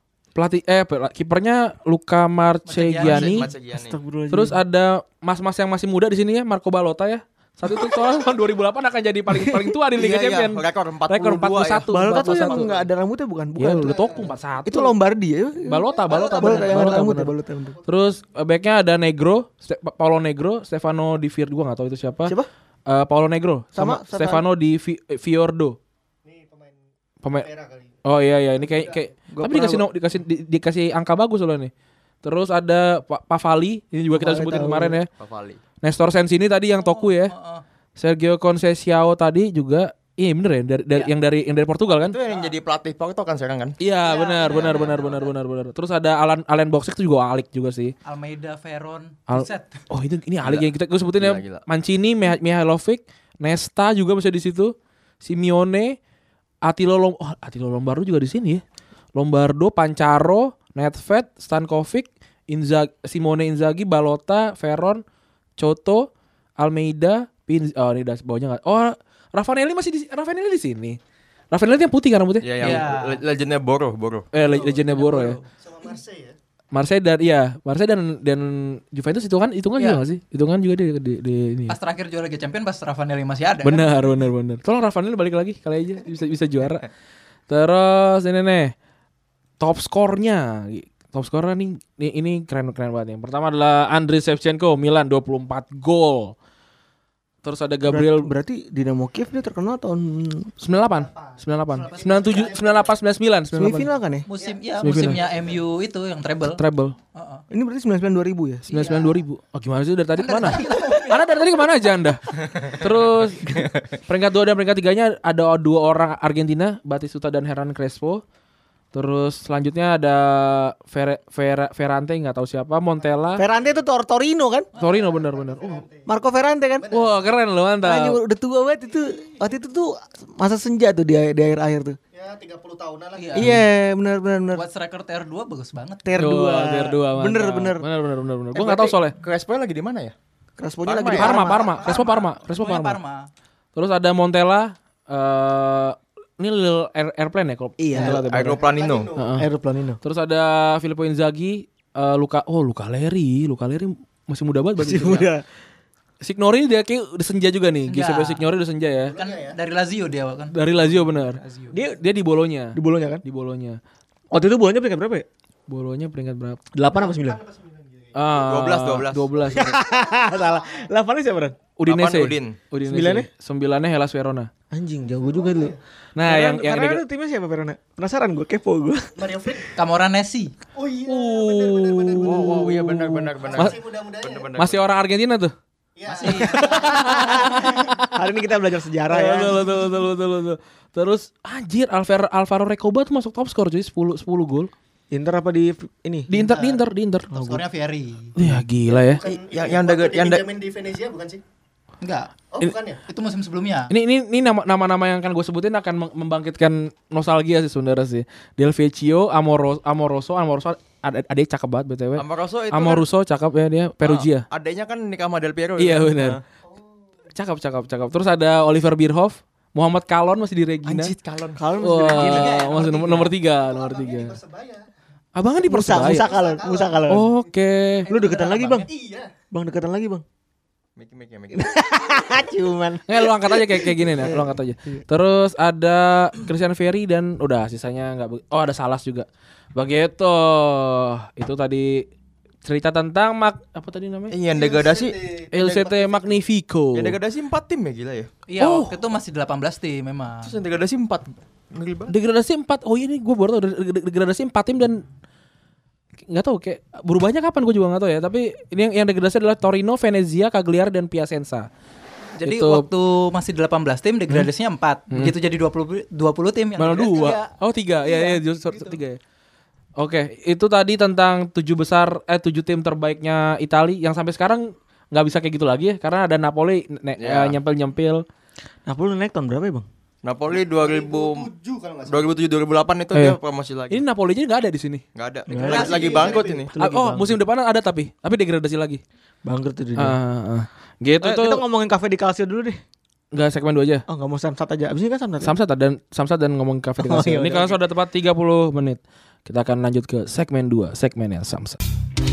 Kipernya Luca Marchegiani. Terus ada mas-mas yang masih muda di sini ya, Marco Balota ya. Satu itu soalnya tahun 2008 akan jadi paling tua di Liga Champions. Rekor 41. Balota tuh yang enggak ada rambutnya bukan? Iya, udah toku 41. Itu Lombardi ya? Balota. Balota. Terus backnya ada Negro, Paulo Negro, Stefano Di Fiordo, gua enggak tahu itu siapa. Paulo Negro sama Stefano Di Fiordo. Ini pemain Oh iya ini kayak tapi dikasih angka bagus loh nih. Terus ada Pavali, ini juga kita sebutin kemarin ya. Pavali. Nestor Sensini tadi yang Toku ya. Sergio Conceição tadi juga. Iya bener ya yang dari Portugal kan? Itu yang jadi pelatih Porto kan sekarang kan? Iya benar. Terus ada Allen Boksik itu juga alik juga sih. Almeida, Veron, Oh ini alik yang gue sebutin ya. Mancini, Mihailovic, Nesta juga masih di situ. Simeone, Attilo Lombardo juga di sini ya. Lombardo, Pancaro, Nedved, Stankovic, Simone Inzaghi, Balota, Veron, Choto, Almeida, ini udah bawahnya enggak. Oh, Raffanelli di sini. Raffanelli yang putih kan rambutnya? Iya, yang legendnya Boro. Legendnya Boro ya. sama Marseille ya. Marseille dan Juventus itu kan juga enggak sih? Hitungan juga di ini. Pas terakhir juara Liga Champions pas Raffanelli masih ada. Benar. Tolong Raffanelli balik lagi kali aja bisa juara. Terus ini nih. Top skornya nih ini keren banget. Yang pertama adalah Andriy Shevchenko Milan 24 gol. Terus ada Gabriel berarti Dinamo Kiev dia terkenal tahun 98, 97, 98, 99. Semifinal kan ya? Musimnya MU itu yang treble. Ini berarti 99 2000 ya? 99 2000. Oh gimana sih dari tadi kemana? Anda dari tadi kemana aja Anda? Terus peringkat 2 dan peringkat 3-nya ada 2 orang Argentina, Batistuta dan Hernan Crespo. Terus selanjutnya ada Ferrante nggak tahu siapa, Montella. Ferrante itu Torino kan? Torino benar. Marco Ferrante kan? Wah keren loh, mantap. Udah tua banget itu. Waktu itu tuh masa senja tuh di akhir tuh. Ya 30 tahunan lah. Iya, benar. Buat striker tier 2 bagus banget. Tier 2. Bener. Gua enggak tahu soalnya. Crespo lagi di mana ya? Crespo-nya lagi di Parma. Crespo Parma. Terus ada Montella, ini Lil Airplane ya kalau Aeroplanino. Terus ada Filippo Inzaghi, Luca Leri masih muda banget. Masih muda. Signori dia kayak udah senja juga nih. Giuseppe Signori udah senja ya. Kan dari Lazio dia kan. Dari Lazio benar. Dia di Bolonya. Di Bolonya kan? Di Bolonya. Waktu itu Bolonya peringkat berapa ya? Bolonya peringkat berapa? 8 apa 9? 12. Salah. 8-nya siapa, Bran? Udinese. 9-nya Hellas Verona. Anjing, jago juga dulu. Nah, yang itu timnya siapa Verona? Penasaran gue, kepo gue. Mario Fritz. Camoranesi. Oh iya. Oh iya benar. Masih muda-mudanya. Masih orang Argentina tuh. Ya. Masih. Hari ini kita belajar sejarah ya. Betul. Terus anjir Alvaro Recoba tuh masuk top skor cuy 10 gol. Inter apa di ini? Di Inter. Top skornya Fieri. Ya gila ya. Bukan yang dijamin di Venezia bukan sih? Enggak. Oh bukan ya? Itu musim sebelumnya. Ini nama-nama yang akan gue sebutin akan membangkitkan nostalgia sih sebenarnya sih. Del Vecchio, Amoroso adek cakep banget BTW. Amoruso cakep ya dia, Perugia. Adeknya kan nikah sama Del Piero. Iya benar. Cakep. Terus ada Oliver Bierhoff, Muhammad Kalon masih di Regina. Anjir Kalon masih di Regina. Masih nomor 3. Abangan di Persebaya. Musa Kalon. Oke. Lu deketan lagi, Bang. Iya. Bang deketan lagi, Bang. Miki. Cuman Lu angkat aja kayak gini nih, lu angkat aja. Terus ada Christian Ferry dan udah sisanya nggak. Oh ada Salas juga. Begitu. Itu tadi cerita tentang apa tadi namanya? Yang degradasi LCT Magnifico. Yang degradasi 4 tim ya gila ya. Iya, waktu itu masih 18 tim memang. Terus yang degradasi 4. Ngeri banget. Degradasi 4. Oh ini gue baru tahu degradasi 4 tim dan nggak tahu kayak berubahnya kapan gue juga nggak tahu ya. Tapi ini yang degradasi adalah Torino, Venezia, Cagliari dan Piacenza. Jadi Itu- waktu masih 18 tim degradasinya 4. Begitu jadi 20 tim yang Malah degradasi 2. Oh 3. Ya justru 3 ya. Oke, itu tadi tentang 7 tim terbaiknya Italia yang sampai sekarang nggak bisa kayak gitu lagi ya karena ada Napoli nyempil-nyempil. Napoli naik tahun berapa ya bang? Napoli 2007 kalau nggak salah. 2007 2008 itu Iya. dia promosi lagi. Ini Napoli aja nggak ada di sini. Enggak ada. Lagi bangkrut ini. Musim depan ada tapi degradasi lagi. Bangkrut itu dia. Gitu tuh. Kita ngomongin Cafe di Calcio dulu deh. Enggak segmen 2 aja. Oh nggak mau Samsat aja. Abis ini kan Samsat. Samsat dan ngomongin Cafe di Calcio. Ini kalau sudah tepat 30 menit. Kita akan lanjut ke segmen 2, segmennya Samsat.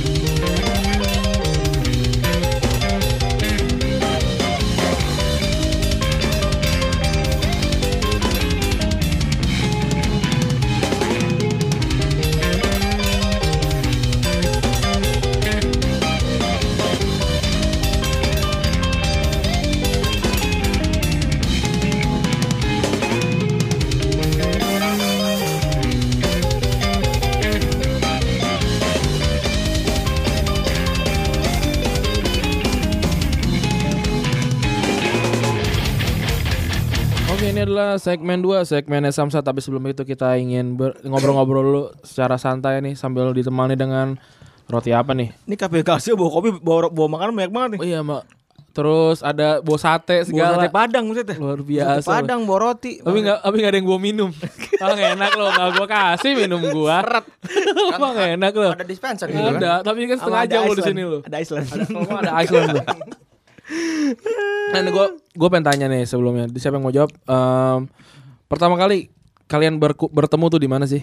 Oke, ini adalah segmen 2, segmennya Samsat. Tapi sebelum itu kita ingin ngobrol-ngobrol dulu secara santai nih sambil ditemani dengan roti apa nih? Ini Cafe di Calcio bawa kopi, bawa makanan banyak banget nih. Oh iya, Mak. Terus ada bawa sate Bawa segala. sate Padang maksudnya. Luar Sate biasa. Padang, bawa roti. Tapi nggak ada yang bawa minum. Nggak enak loh, nggak gua kasih minum gua. Emang nggak enak loh. Ada dispenser gitu kan. Ada, tapi kan setengah Sama jam ada lo di Iceland. sini lo. Ada Iceland. Ada Iceland tuh. Nah, gue pengen tanya nih sebelumnya. Siapa yang mau jawab? Pertama kali kalian bertemu tuh di mana sih?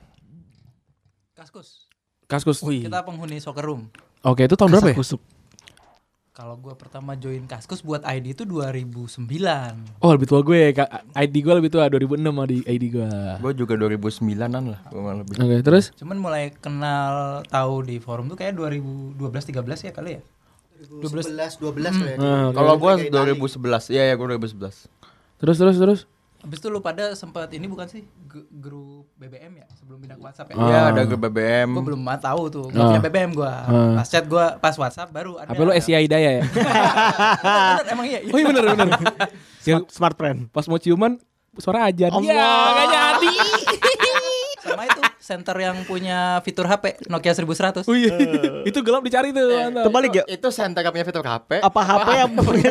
Kaskus. Kita penghuni soccer room. Oke, itu tahun berapa ya? Kusuk. Kalau gue pertama join Kaskus buat ID itu 2009. Oh, lebih tua gue. ID gue lebih tua, 2006 ID gue. Gue juga 2009-an lah. Gua malah lebih. Oke, terus? Cuman mulai kenal tahu di forum tuh kayak 2012-13 ya kali ya. 12 kali ya. Kalau gue 2011. Iya, gue 2011. Terus. Habis itu lu pada sempat ini bukan sih grup BBM ya sebelum pindah ke WhatsApp ya? Iya, ada grup BBM. Gue belum tahu tuh, gak punya BBM gue. Pas chat gue, pas WhatsApp baru ada. Apa lu SCI Daya ya? Bener, emang iya. Oh iya bener. Smart friend. Pas mau ciuman suara ajan. Iya, gak jadi. Sama itu center yang punya fitur HP Nokia 1100. Oh iya. Itu gelap dicari tuh. mantap. Terbalik ya. Itu center punya fitur HP. Apa HP yang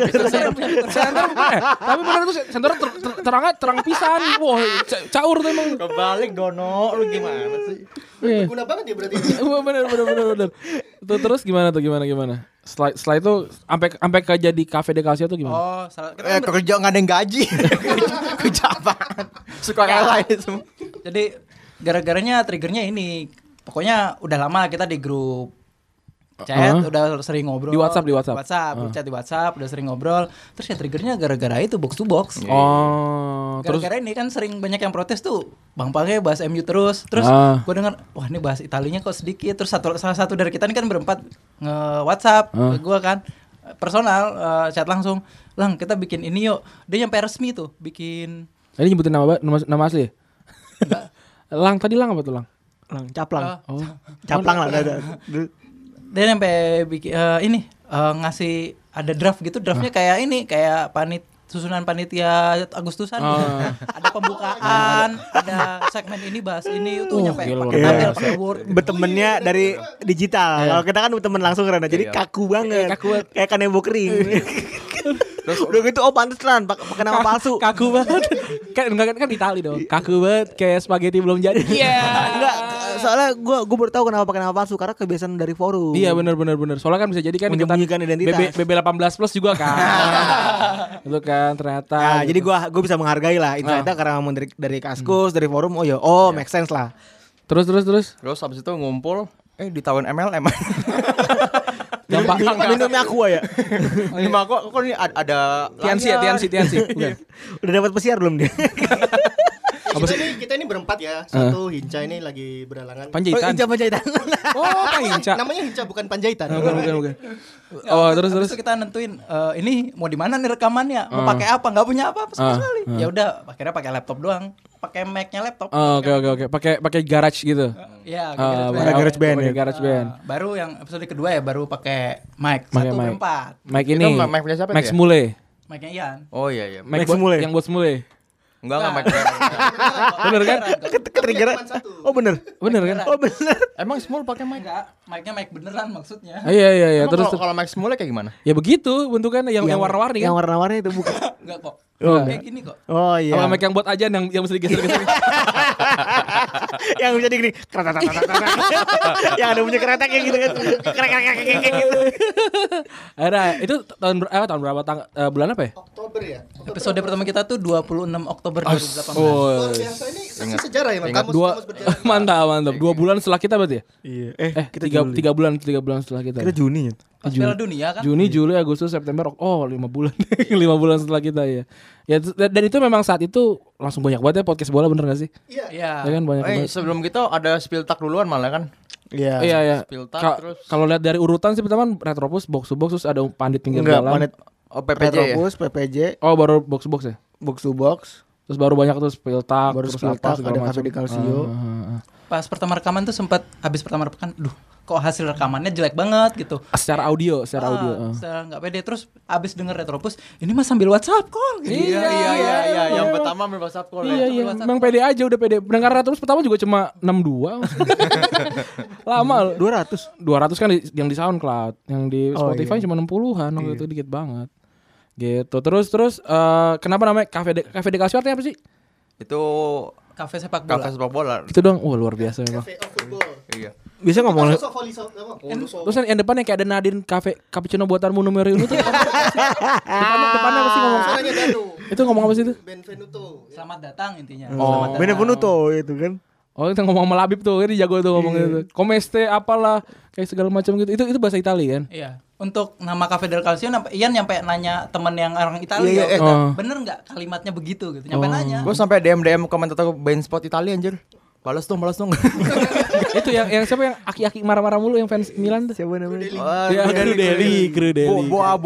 Center tapi bener tuh center terang pisan. Wah, caur tuh emang. Kebalik Dono, lu gimana sih? Guna banget ya berarti. Bener. Tuh terus gimana? Setelah itu sampai ke jadi Cafe de Calcio tuh gimana? Oh, salah. Kita kan Kerja nggak ada yang gaji. Kerja apaan? Suka rela itu. jadi gara-garanya triggernya ini. Pokoknya udah lama kita di grup chat, udah sering ngobrol. Di WhatsApp? Grup chat di WhatsApp, udah sering ngobrol. Terus ya triggernya gara-gara itu box to box. Oh, terus Gara-gara ini kan sering banyak yang protes tuh. Bang Pange bahas MU terus. Terus gue denger, wah ini bahas Italinya kok sedikit. Terus salah satu dari kita ini kan berempat nge-WhatsApp ke gue kan. Personal, chat langsung. Lang, kita bikin ini yuk. Dia nyampe resmi tuh, bikin. Tadi nyebutin nama asli ya? Lang apa tuh Lang? Caplang. Caplang lah. Dia nyampe bikin ini ngasih ada draft gitu. Draftnya kayak ini, kayak susunan panitia Agustusan. Ada pembukaan, ada segmen ini bahas ini tuh nyampe pakai tabel, pakai Word. Bertemennya dari digital. Kalau kita kan berteman langsung karena jadi kaku banget. Kayak kanebo kering. Terus udah gitu pantesan pakai nama palsu. Kaku banget. kan Itali dong. Kaku banget kayak spaghetti belum jadi. Iya. Enggak, soalnya gue baru tahu kenapa pakai nama palsu karena kebiasaan dari forum. Iya benar. Soalnya kan bisa jadi kan menyembunyikan identitas. BB 18 plus juga kan. Itu kan ternyata. Nah, jadi gue bisa menghargai lah. Itu ternyata karena ngomong dari Kaskus, dari forum. Make sense lah. Terus. Terus habis itu ngumpul ditawarin MLM. Minumnya aqua ya. Ini mah kok ini ada Tiansi. Bukan. Udah dapat pesiar belum dia? Kita ini berempat ya. Satu Hinca ini lagi beralangan. Panjaitan. Panjaitan. Oh, Hinca. Namanya Hinca bukan Panjaitan. Bukan. Oh, terus. Habis itu kita nentuin ini mau di mana nih rekamannya, mau pakai apa, nggak punya apa sama sekali. Ya udah, akhirnya pakai laptop doang, pakai Mac-nya laptop. Oke. Pakai garage gitu. Iya, GarageBand ya. GarageBand. baru yang episode kedua ya baru pakai mic Pakai 1 mic. berempat. Mic Itu ini. mic punya siapa Mic itu ya? Smule. Mic-nya Ian. Oh iya. Mic Smule. yang buat Smule. Enggak mic. Bener kan? Ketrigger. Oh bener. Bener kan? Oh bener. Emang Small pakai mic? Enggak, mic-nya mic beneran maksudnya. Iya. Emang Terus kalau mic Small kayak gimana? ya begitu bentukannya yang warna-warni Yang kan. warna-warni itu bukan. Enggak kok. Oh, Kayak gini kok. Oh iya. Sama mic yang buat aja yang mesti digeser-geser. Yang bisa digini. Yang ada bunyi kereta kayak gitu kan. Kayak gitu. Ada itu tahun berapa bulan apa ya? Oktober ya. Episode pertama kita tuh 26 Oktober 2018. Oh. Luar biasa ini saksi sejarah ya, Bang. Dua Kamus berjalan. mantap. 2 bulan setelah kita berarti ya? Iya. Kita 3 bulan setelah kita. Kita Juni ya. Pas Piala Dunia kan. Juni, Juli, Agustus, September, 5 bulan. 5 bulan setelah kita ya. Ya dan itu memang saat itu langsung banyak banget ya podcast bola, bener gak sih? Iya. Iya. Ya kan banyak banget. Sebelum kita ada spill tag duluan malah kan. Iya. Iya. Spill tag terus. Kalau lihat dari urutan sih pertama Retropus, box to box, terus ada pandit pinggir Enggak, jalan. Planet Oh PPJ ya. Retropus, PPJ, Oh, baru box to box ya. box to box, Terus baru banyak tuh spill tag, baru terus Spiltak, segala ada macam. Cafe di Calcio. Pas pertama rekaman tuh sempat habis pertama rekaman, kok hasil rekamannya jelek banget gitu. Secara audio. Secara nggak pede. Terus abis denger Retropus, ini mah sambil WhatsApp call gitu. Iya. Yang pertama ambil WhatsApp call ya. Iya. Memang pede aja, udah pede. Pendengar Retropus pertama juga cuma 62. Lama. 200 kan yang di SoundCloud, yang di Spotify cuma 60-an waktu itu, dikit banget. Gitu. Terus kenapa namanya Cafe de Calcio artinya apa sih? Itu Kafe sepak bola. kafe sepak bola. Itu dong. Wah, luar biasa memang. Cafe of Football. Iya. Bisa ngomong Sosok volley apa? Terus yang depan yang kayak ada Nadine Cafe Cappuccino buatanmu nomor itu tuh. depannya apa sih ngomong? Suaranya Danu. Itu ngomong apa sih itu? Benvenuto. Selamat datang intinya. Oh. Selamat datang. Benvenuto itu kan. Oh, itu ngomong sama Labib tuh, ini jago tuh ngomong gitu. Komeste apalah kayak segala macam gitu. Itu bahasa Italia kan? Iya. Untuk nama Cafe del Calcio Ian nyampe nanya temen yang orang Italia. Iya, Bener nggak kalimatnya begitu gitu. Nyampe nanya. Gue sampai DM komentator Bain Sport Italia anjir. Balas dong. Itu yang siapa yang aki-aki marah-marah mulu yang fans Milan tuh? Siapa namanya? Ya, Crudeli.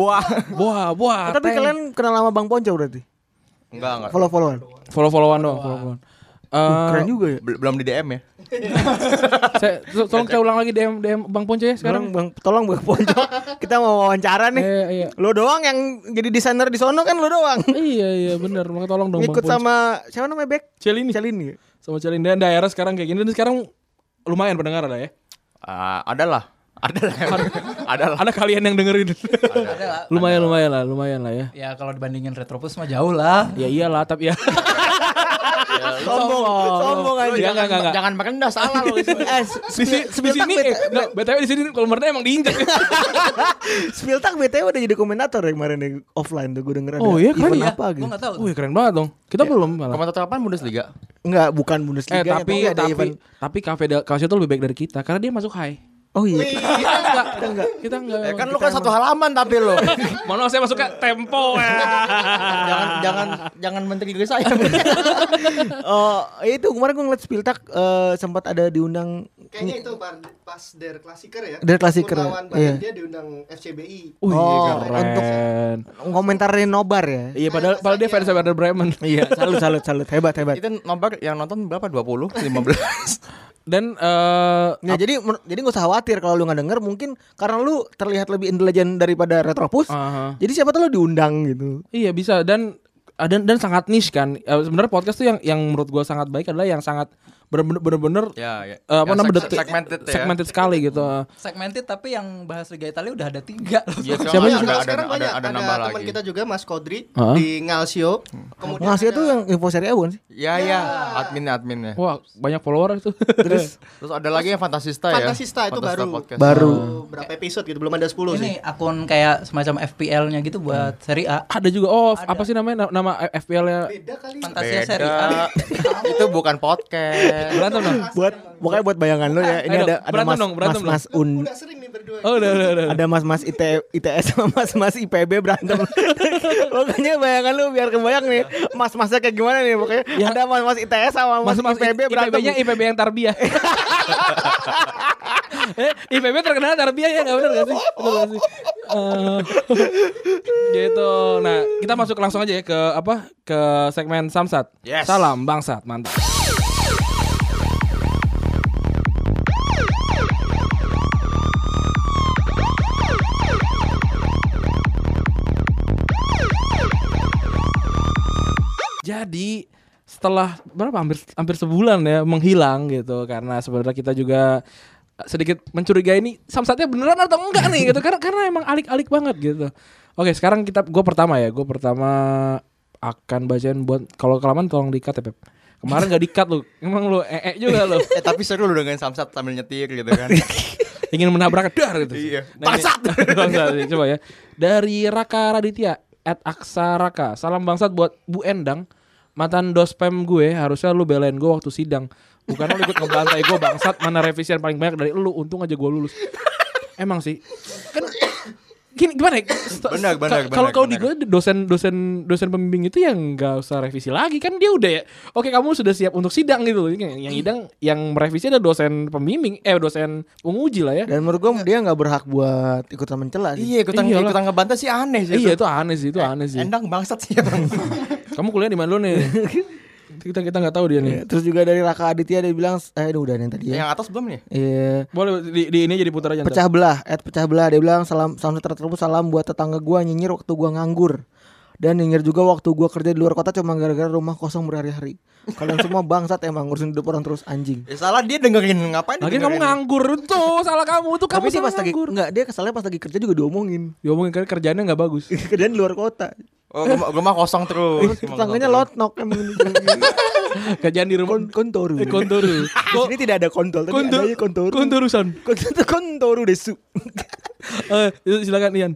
Buah. Tapi kalian kenal sama Bang Ponco berarti? Enggak. Follow-followan. follow-followan doang. Keren juga ya. Belum di DM ya. Tolong kita ulang lagi DM Bang Ponco ya sekarang. Tolong Bang Ponco. Kita mau wawancara nih. Iya. Lo doang yang jadi desainer di sono kan lo doang. Iya benar. Maka tolong dong Bang Ikut Ponco. sama siapa namanya Bek? Celini. Sama Celini dan daerah sekarang kayak gini. Dan sekarang lumayan pendengar ada ya. Adalah. Ada kalian yang dengerin. Ada lah. lumayan lah ya. Ya kalau dibandingin Retropus mah jauh lah. Ya iyalah tapi ya. Sombong aja. Enggak. Jangan makan dah salah lo. Di sini BTW di sini kalau menurutnya emang diinjak. Spiltak BTW udah jadi komentator ya kemarin ya, offline tuh gue denger ada. Oh iya, keren event ya? apa gitu. Gue nggak tahu. Wih keren banget dong. Kita belum malah. Komentator apaan Bundesliga? Enggak, bukan Bundesliga tapi Cafe del Calcio itu lebih baik dari kita karena dia masuk high. Oh iya. Kita enggak. Ya kan lu kan satu halaman tapi lo. Mana saya masuk ke Tempo ya. jangan menteri saya. Oh, itu kemarin gue ngeliat Spiltak sempat ada diundang. Kayaknya itu pas Der Klassiker ya. Der Klassiker, Lawan iya. dia diundang FCBI. Keren. Ngomentarin nobar ya. Iya padahal dia fans Werder Bremen. Iya, salut. Hebat. Itu nomor yang nonton berapa? 20, 15. Dan Nah, jadi nggak usah khawatir kalau lu nggak denger, mungkin karena lu terlihat lebih intelijen daripada Retropus. Jadi siapa tahu lu diundang gitu. iya bisa dan sangat niche kan. Sebenarnya podcast tuh yang menurut gua sangat baik adalah yang sangat bener-bener Ya. apa namanya segmented sekali gitu. Segmented tapi yang bahas Liga Italia udah ada 3 loh. Ya, Siapa sih? Sekarang banyak ada nambah teman lagi. kita juga Mas Kodri Hah? di Ngalsio. Kemudian Ngasih ada- tuh yang info Serie A bukan sih? Ya, adminnya. Wah, banyak follower itu. Terus Terus ada lagi yang Fantasista ya. Fantasista itu Fantasista baru. podcast. Baru. Berapa episode gitu, belum ada 10 sih. Ini akun kayak semacam FPL-nya gitu buat Serie A. Ada juga apa sih namanya nama FPL-nya? Beda kali. Fantasia Serie A. Beda. Itu bukan podcast. Berantem dong. pokoknya buat bayangan lu ya. Ini Ayo ada dong, berantem dong. Mas Un. Udah sering nih Oh, udah. Ada mas-mas ITS sama mas-mas IPB berantem. Pokoknya bayangan lu biar kebayang nih, mas-masnya kayak gimana nih pokoknya. Ya. Ada mas-mas ITS sama mas IPB berantem. IPB-nya IPB yang tarbiyah. IPB terkenal tarbiyah ya, enggak benar enggak sih? Benar enggak sih? Gitu. Nah, kita masuk langsung aja ya ke segmen Samsat. Yes. Salam Bangsat, mantap. Jadi setelah hampir sebulan ya menghilang gitu, karena sebenarnya kita juga sedikit mencurigai ini Samsatnya beneran atau enggak nih gitu, karena emang alik-alik banget gitu. Oke, sekarang gue pertama akan bacain buat, kalau kelamaan tolong di-cut ya Pep. Kemarin gak di-cut lu, emang lu juga lu. Tapi seru lu dengan Samsat sambil nyetir gitu kan. Ingin menabrak dar gitu. Iya. Bangsat. Bangsat. Coba ya. Dari Raka Raditya @aksaraka. Salam bangsat buat Bu Endang. Mantan dospem gue, harusnya lu belain gue waktu sidang. Bukan lu ikut ngebantai gue bangsat. Mana revisian paling banyak dari lu, untung aja gue lulus. Emang sih. Kan gimana ya? Benar. Kalau di gue dosen pembimbing itu yang nggak usah revisi lagi kan, dia udah ya. Oke, kamu sudah siap untuk sidang gitu. Yang merevisi ada dosen pembimbing, dosen penguji lah ya. Dan menurut gue dia nggak berhak buat ikutan mencela sih. Iya, ikutan ngebantah sih aneh sih. Iya, itu aneh sih. Endang bangsat sih Bang. Kamu kuliah di mana dulu nih? Kita nggak tahu dia nih. Terus juga dari Raka Aditya dia bilang, ini udah nih tadi ya. Yang atas belum nih? Iya. Boleh di ini jadi putar aja. Pecah belah. Dia bilang salam terus salam buat tetangga gua nyinyir waktu gua nganggur. Dan nyinyir juga waktu gua kerja di luar kota cuma gara-gara rumah kosong berhari-hari. Kalian semua bangsat emang ngurusin hidup orang terus, anjing. Salah dia dengerin, ngapain lagi kamu nganggur tuh, salah kamu tuh. Tapi kamu dia pas lagi nganggur. enggak, dia kesalnya pas lagi kerja juga diomongin kan kerjaannya nggak bagus. Kerjaan di luar kota. Oh, rumah kosong terus. Tetangganya lotnok emang. Kerjaan di rumah Kontoru. Kontoru. Di sini tidak ada kontol, tapi adanya kontoru. Kontorusan. Kontoru desu. Silakan Ian.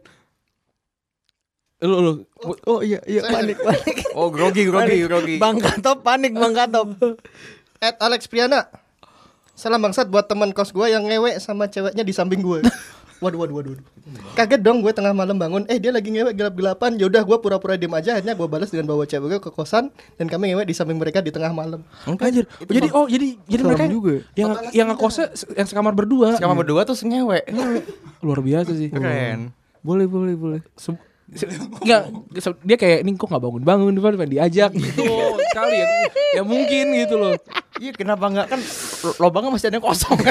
Lu. Oh iya panik. Oh, grogi. Bang Katop panik, Bang Katop. @Alex Priana. Salam bangsat buat teman kos gue yang ngewe sama ceweknya di samping gue. Waduh. Kaget dong gue tengah malam bangun, dia lagi ngewe gelap-gelapan. Yaudah gue pura-pura diem aja, akhirnya gue balas dengan bawa cewek gue ke kosan dan kami ngewe di samping mereka di tengah malam. Anjir. Jadi mereka juga. Yang ngekosnya yang sekamar berdua. Sekamar berdua tuh ngewe. Luar biasa sih. Keren. Boleh. Enggak, dia kayak ini kok nggak bangun pengen diajak gitu sekali ya mungkin gitu loh. Iya, kenapa enggak, kan lobangnya masih ada yang kosong kan.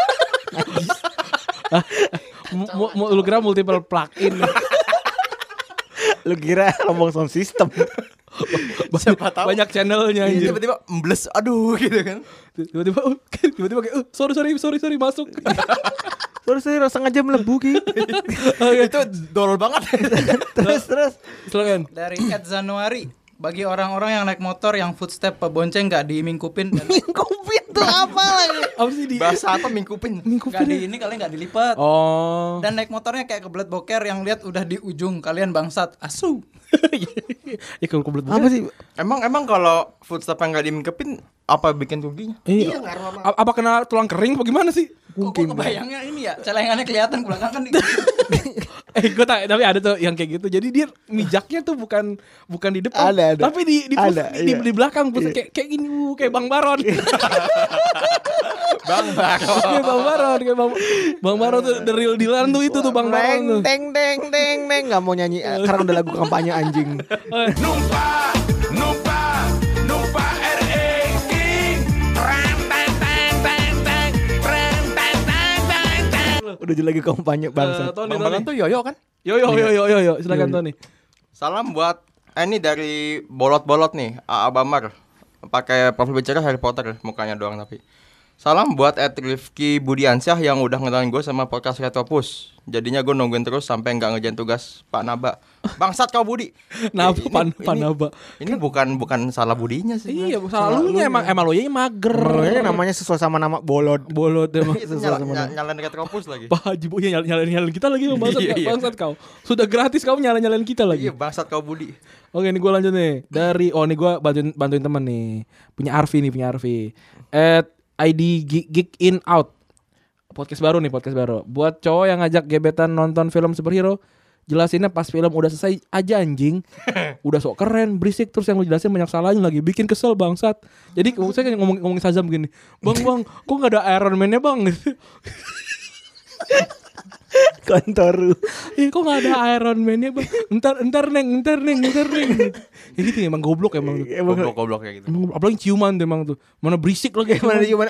Lu kira multiple plug-in. Lu kira ngomong sound system. Siapa tahu Banyak channelnya anjir. tiba-tiba embles, aduh gitu kan. Tiba-tiba kayak sorry masuk. Sorry rasa sengaja melebu Ki. Itu dolol banget. Terus Silakan. Dari @Januari, bagi orang-orang yang naik motor yang footstep pebonceng nggak dimingkupin dan Kupin tuh apa lagi? Apa sih di Bahasa apa mingkupin? nggak di ini, kalian nggak dilipat. Oh. Dan naik motornya kayak kebelet boker yang lihat udah di ujung, kalian bangsat. Asu. Ya kalau kebelet Apa sih? Emang kalau footstep yang nggak dimingkepin apa bikin ruginya? Iya. Apa kena tulang kering apa gimana sih? Kok kebayangnya ini ya, celengannya kelihatan belakang kan. Gue tapi ada tuh yang kayak gitu. Jadi dia mijaknya tuh bukan di depan, Ada. tapi di belakang, kayak gini, kayak Bang Baron. Bang Baron. Kayak Bang Baron tuh the real dealan tuh itu tuh Bang Baron tuh. Teng nggak mau nyanyi karena udah lagu kampanye anjing. Numpa RE King. Udah jadi lagi kampanye bangsa. Tony. Bang Baron tuh Yoyo kan? Yo, silakan Tony. Salam buat ini dari bolot-bolot nih, Abamar. Pakai profil bicara Harry Potter mukanya doang tapi. Salam buat @Rifki Budiansyah yang udah ngenalin gue sama podcast Retropus. Jadinya gue nungguin terus sampai nggak ngerjain tugas Pak Naba. Bangsat kau Budi. Napa Pak Naba? Ini bukan salah Budinya sih. Iya, salah lu nya emang lo ya mager. Ini namanya sesuai sama nama bolot emang. Itu nyalain Retropus lagi. Pak Haji Bu ya nyalain kita lagi Iya. bangsat kau. Sudah gratis kau nyalain kita lagi. Iya, bangsat kau Budi. Oke, ini gue lanjut nih. Ini gue bantuin temen nih. Punya Arfi. ID Geek In Out. podcast baru. Buat cowok yang ngajak gebetan nonton film superhero, jelasinnya pas film udah selesai aja anjing. Udah sok keren, berisik, terus yang lu jelasin banyak salahnya lagi, bikin kesel bangsat. Jadi saya ngomongin Shazam begini, bang, kok nggak ada Iron Man-nya bang? Kontoru. Kok nggak ada Iron Man-nya bang? Entar neng. Ya gitu emang goblok emang. Goblok kayak gitu. Emang, apalagi ciuman tuh emang tuh. Mana berisik lagi. Mana ciuman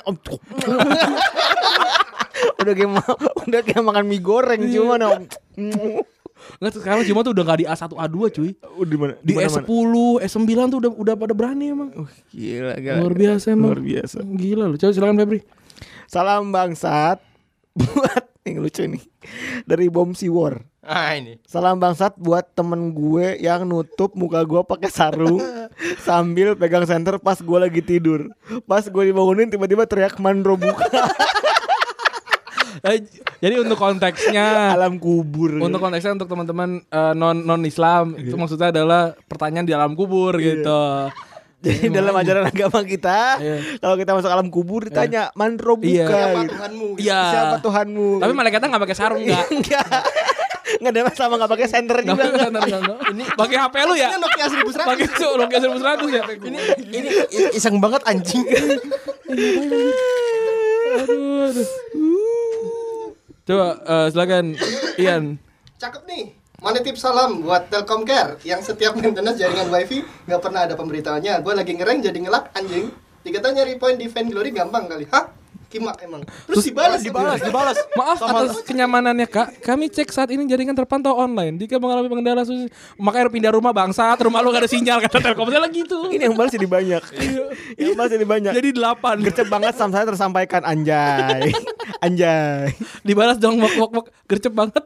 udah kayak makan mie goreng ciuman. Nggak, sekarang ciuman tuh udah nggak di A1 A2 cuy. Di mana? Di S10, S9 tuh udah pada berani emang. Gila. Luar biasa emang. Luar biasa. Gila lu. Coba silakan Febri. Salam bangsat buat yang lucu nih dari Bom Siwor. Ini. Salam bangsat buat temen gue yang nutup muka gue pakai sarung sambil pegang senter pas gue lagi tidur. Pas gue dibangunin tiba-tiba teriak mandro buka. Jadi untuk konteksnya Alam kubur. untuk konteksnya untuk teman-teman non Islam itu maksudnya adalah pertanyaan di alam kubur gitu. Jadi dalam ajaran agama kita, kalau kita masuk alam kubur ditanya mandro buka. Siapa Gitu. Tuhanmu? Iya. Siapa Tuhanmu? Tapi malaikatnya nggak pakai sarung nggak? Nggak ada sama nggak pakai senter juga. Ini pakai HP lu ya? Ini Nokia 1100. Pakai Nokia 1100 ya? Ini iseng banget anjing. Aduh. Coba silakan Ian. Cakep nih. Mana tips salam buat Telkomcare yang setiap maintenance jaringan wifi nggak pernah ada pemberitahuannya. Gue lagi ngereng jadi ngelak anjing. Dikata nyari poin di Vainglory gampang kali. Hah? Kimak emang. Terus dibalas. Maaf atas kenyamanannya Kak. Kami cek saat ini jaringan terpantau online. Jika mengalami kendala makanya pindah rumah bangsat. Rumah lu gak ada sinyal kata Telkomsel lagi tuh. Ini yang balas jadi banyak. Yang balas jadi banyak. Jadi 8. Gercep banget sam saya tersampaikan anjay. Anjay. Dibalas dong wok gercep banget.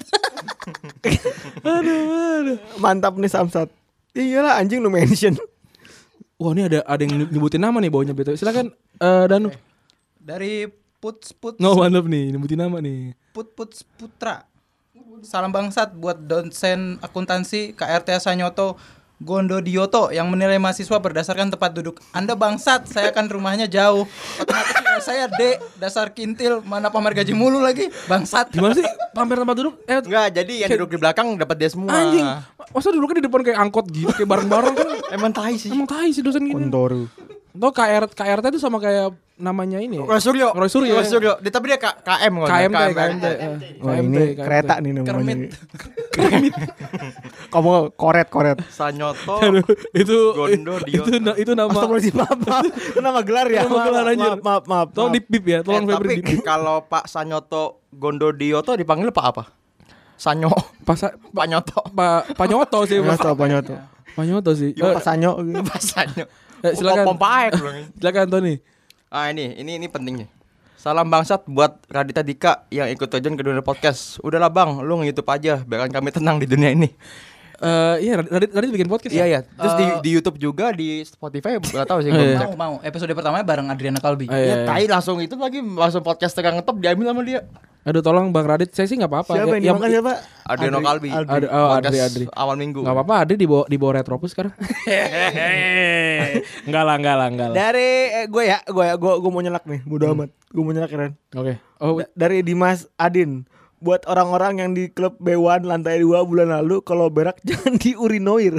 Aduh. Mantap nih Samsat. Iyalah anjing lu mention. Wah ini ada yang nyebutin nama nih bawahnya betul. Silakan Danu. Dari Puts No mantap nih nyebutin nama nih. Puts Putra. Salam bangsat buat dosen akuntansi KRTA Sanyoto Gondo Dioto yang menilai mahasiswa berdasarkan tempat duduk. Anda bangsat, saya kan rumahnya jauh. Otomatis nilai saya D, dasar kintil, mana pamer gaji mulu lagi. Bangsat. Gimana sih pamer tempat duduk? Enggak, jadi yang duduk di belakang dapat dia semua. Anjing. Masa duduknya di depan kayak angkot gitu, kayak bareng-bareng kan? Emang tai sih. Emang tai sih dosen gini. Kontoru. Tuh KRT itu sama kayak namanya ini. Roy Suryo. Tapi dia KM kok. KMT. Wah ini kereta nih namanya. Kermit. Kamu koret. Sanyoto. Itu Gondo Dioto. itu nama. Astagfirullahaladzim, maaf. Itu nama gelar ya. Nama gelar anjir. Maaf. Tolong dipip ya, tolong Febri Tapi dipip. kalau Pak Sanyoto Gondo Dioto dipanggil Pak apa? Sanyo. Pak Nyoto. Pak Nyoto sih. Panyoto. Pak Nyoto sih. Pak Sanyo. Pak Sanyo. Silakan. Pompa air dong. Silakan Tony. Ini penting nih. Salam bangsat buat Radita Dika yang ikut terjun ke dunia podcast. Udahlah bang, lu nge-YouTube aja biarkan kami tenang di dunia ini. Iya, Radit bikin podcast. Iya. Terus di YouTube juga, di Spotify enggak tahu sih Oh, gua iya. cek. Mau. Episode pertamanya bareng Adriana Kalbi. Ya tai langsung itu langsung podcast tegang ngetop diambil sama dia. Aduh tolong Bang Radit, saya sih nggak apa-apa. Siapa yang dimakan siapa? Adriano Kalbi. Adri. Awal minggu. Nggak apa-apa, Adri di bawah Retropus sekarang. Enggak lah. Dari gue mau nyelak nih, bodo amat. Gue mau nyelak keren. Oke. Oh, Dari Dimas Adin. Buat orang-orang yang di klub B1 lantai 2 bulan lalu, kalau berak jangan diurinoir.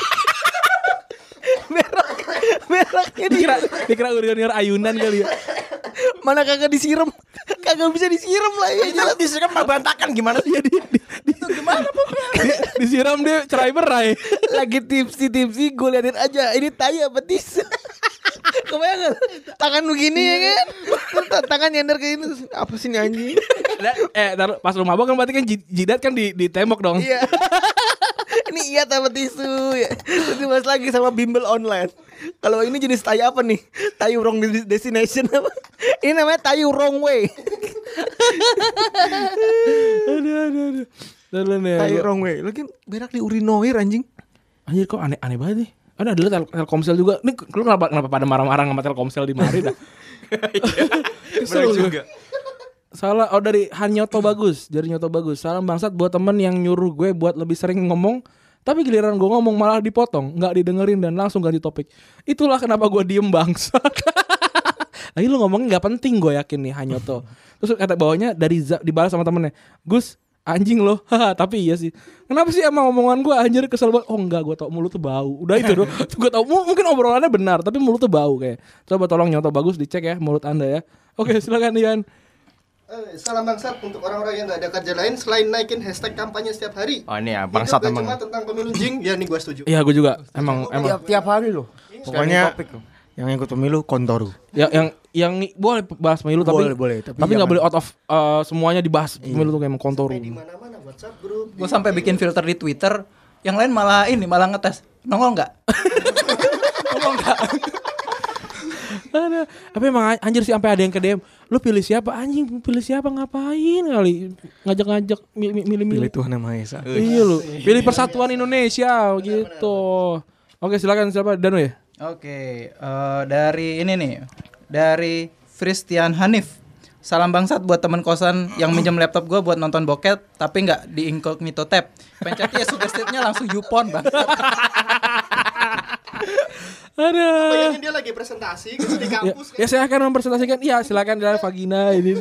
Beraknya dikira urinoir ayunan kali ya. mana kagak disiram. Kagak bisa disiram lah ya. Itu disiram berantakan gimana sih? Itu gimana pokoknya? Disiram dia cerai berai. Lagi tipsi gue liatin aja. Ini tai apa tis? Kebayang gak? Tangan begini ya kan? Tangan nyender kayak ini. Apa sih ini anjing? Pas lu mabok kan berarti kan jidat kan di tembok dong. Iya. Ini iya sama tisu ya. Terus dibahas lagi sama bimbel online. Kalau ini jenis tai apa nih? Tai wrong destination apa? Ini namanya tai wrong way. Aduh. Tai wrong way. Lagi berak di urinoir anjing. Anjir kok aneh banget nih. Ada adalah Telkomsel juga. Nih lu kenapa pada marah-marah sama Telkomsel di mari dah? Bener juga. Salah dari Hanyoto bagus, dari Nyoto bagus. Salam bangsat buat temen yang nyuruh gue buat lebih sering ngomong, tapi giliran gue ngomong malah dipotong, nggak didengerin dan langsung ganti topik. Itulah kenapa gue diem bangsat. Lagi lu ngomongin gak penting gue yakin nih Hanyoto. Terus kata bawahnya dibalas sama temennya, Gus anjing loh. Tapi iya sih. Kenapa sih emang omongan gue anjir kesel banget. Oh enggak, gue tau mulut tuh bau. Udah itu doh. Gue tau mungkin obrolannya benar, tapi mulut tuh bau kayak. Coba tolong Nyoto bagus dicek ya mulut Anda ya. Oke silakan Ian. Salam bangsat untuk orang-orang yang gak ada kerja lain selain naikin hashtag kampanye setiap hari. Oh ini ya bangsat Hidup gak emang. cuma tentang pemilu jing. Ya nih gue setuju. Iya gue juga. Emang Tiap hari loh. Pokoknya Topik loh. yang ikut pemilu kontoru. yang boleh bahas pemilu tapi Boleh, tapi nggak jangan- boleh out of semuanya dibahas pemilu tuh kayak kontor. Di mana-mana WhatsApp grup. Gue sampai bikin filter di Twitter, yang lain malah ngetes. Nongol nggak? Ada. Tapi emang anjir sih sampai ada yang ke DM, lu pilih siapa anjing, pilih siapa ngapain kali ngajak-ngajak milih-milih. Pilih Tuhan Yang Maha Esa. Iya lu, pilih Persatuan Indonesia gitu. Oke silakan siapa Danu ya? Oke, dari ini nih, dari Christian Hanif. Salam bangsat buat temen kosan yang minjem laptop gue buat nonton bokep tapi nggak di incognito tab. Pencetnya ya suggested-nya langsung YouPorn bang. Ada. Bayangin dia lagi presentasi gitu di kampus. Ya saya akan mempresentasikan. Iya silakan dari vagina ini.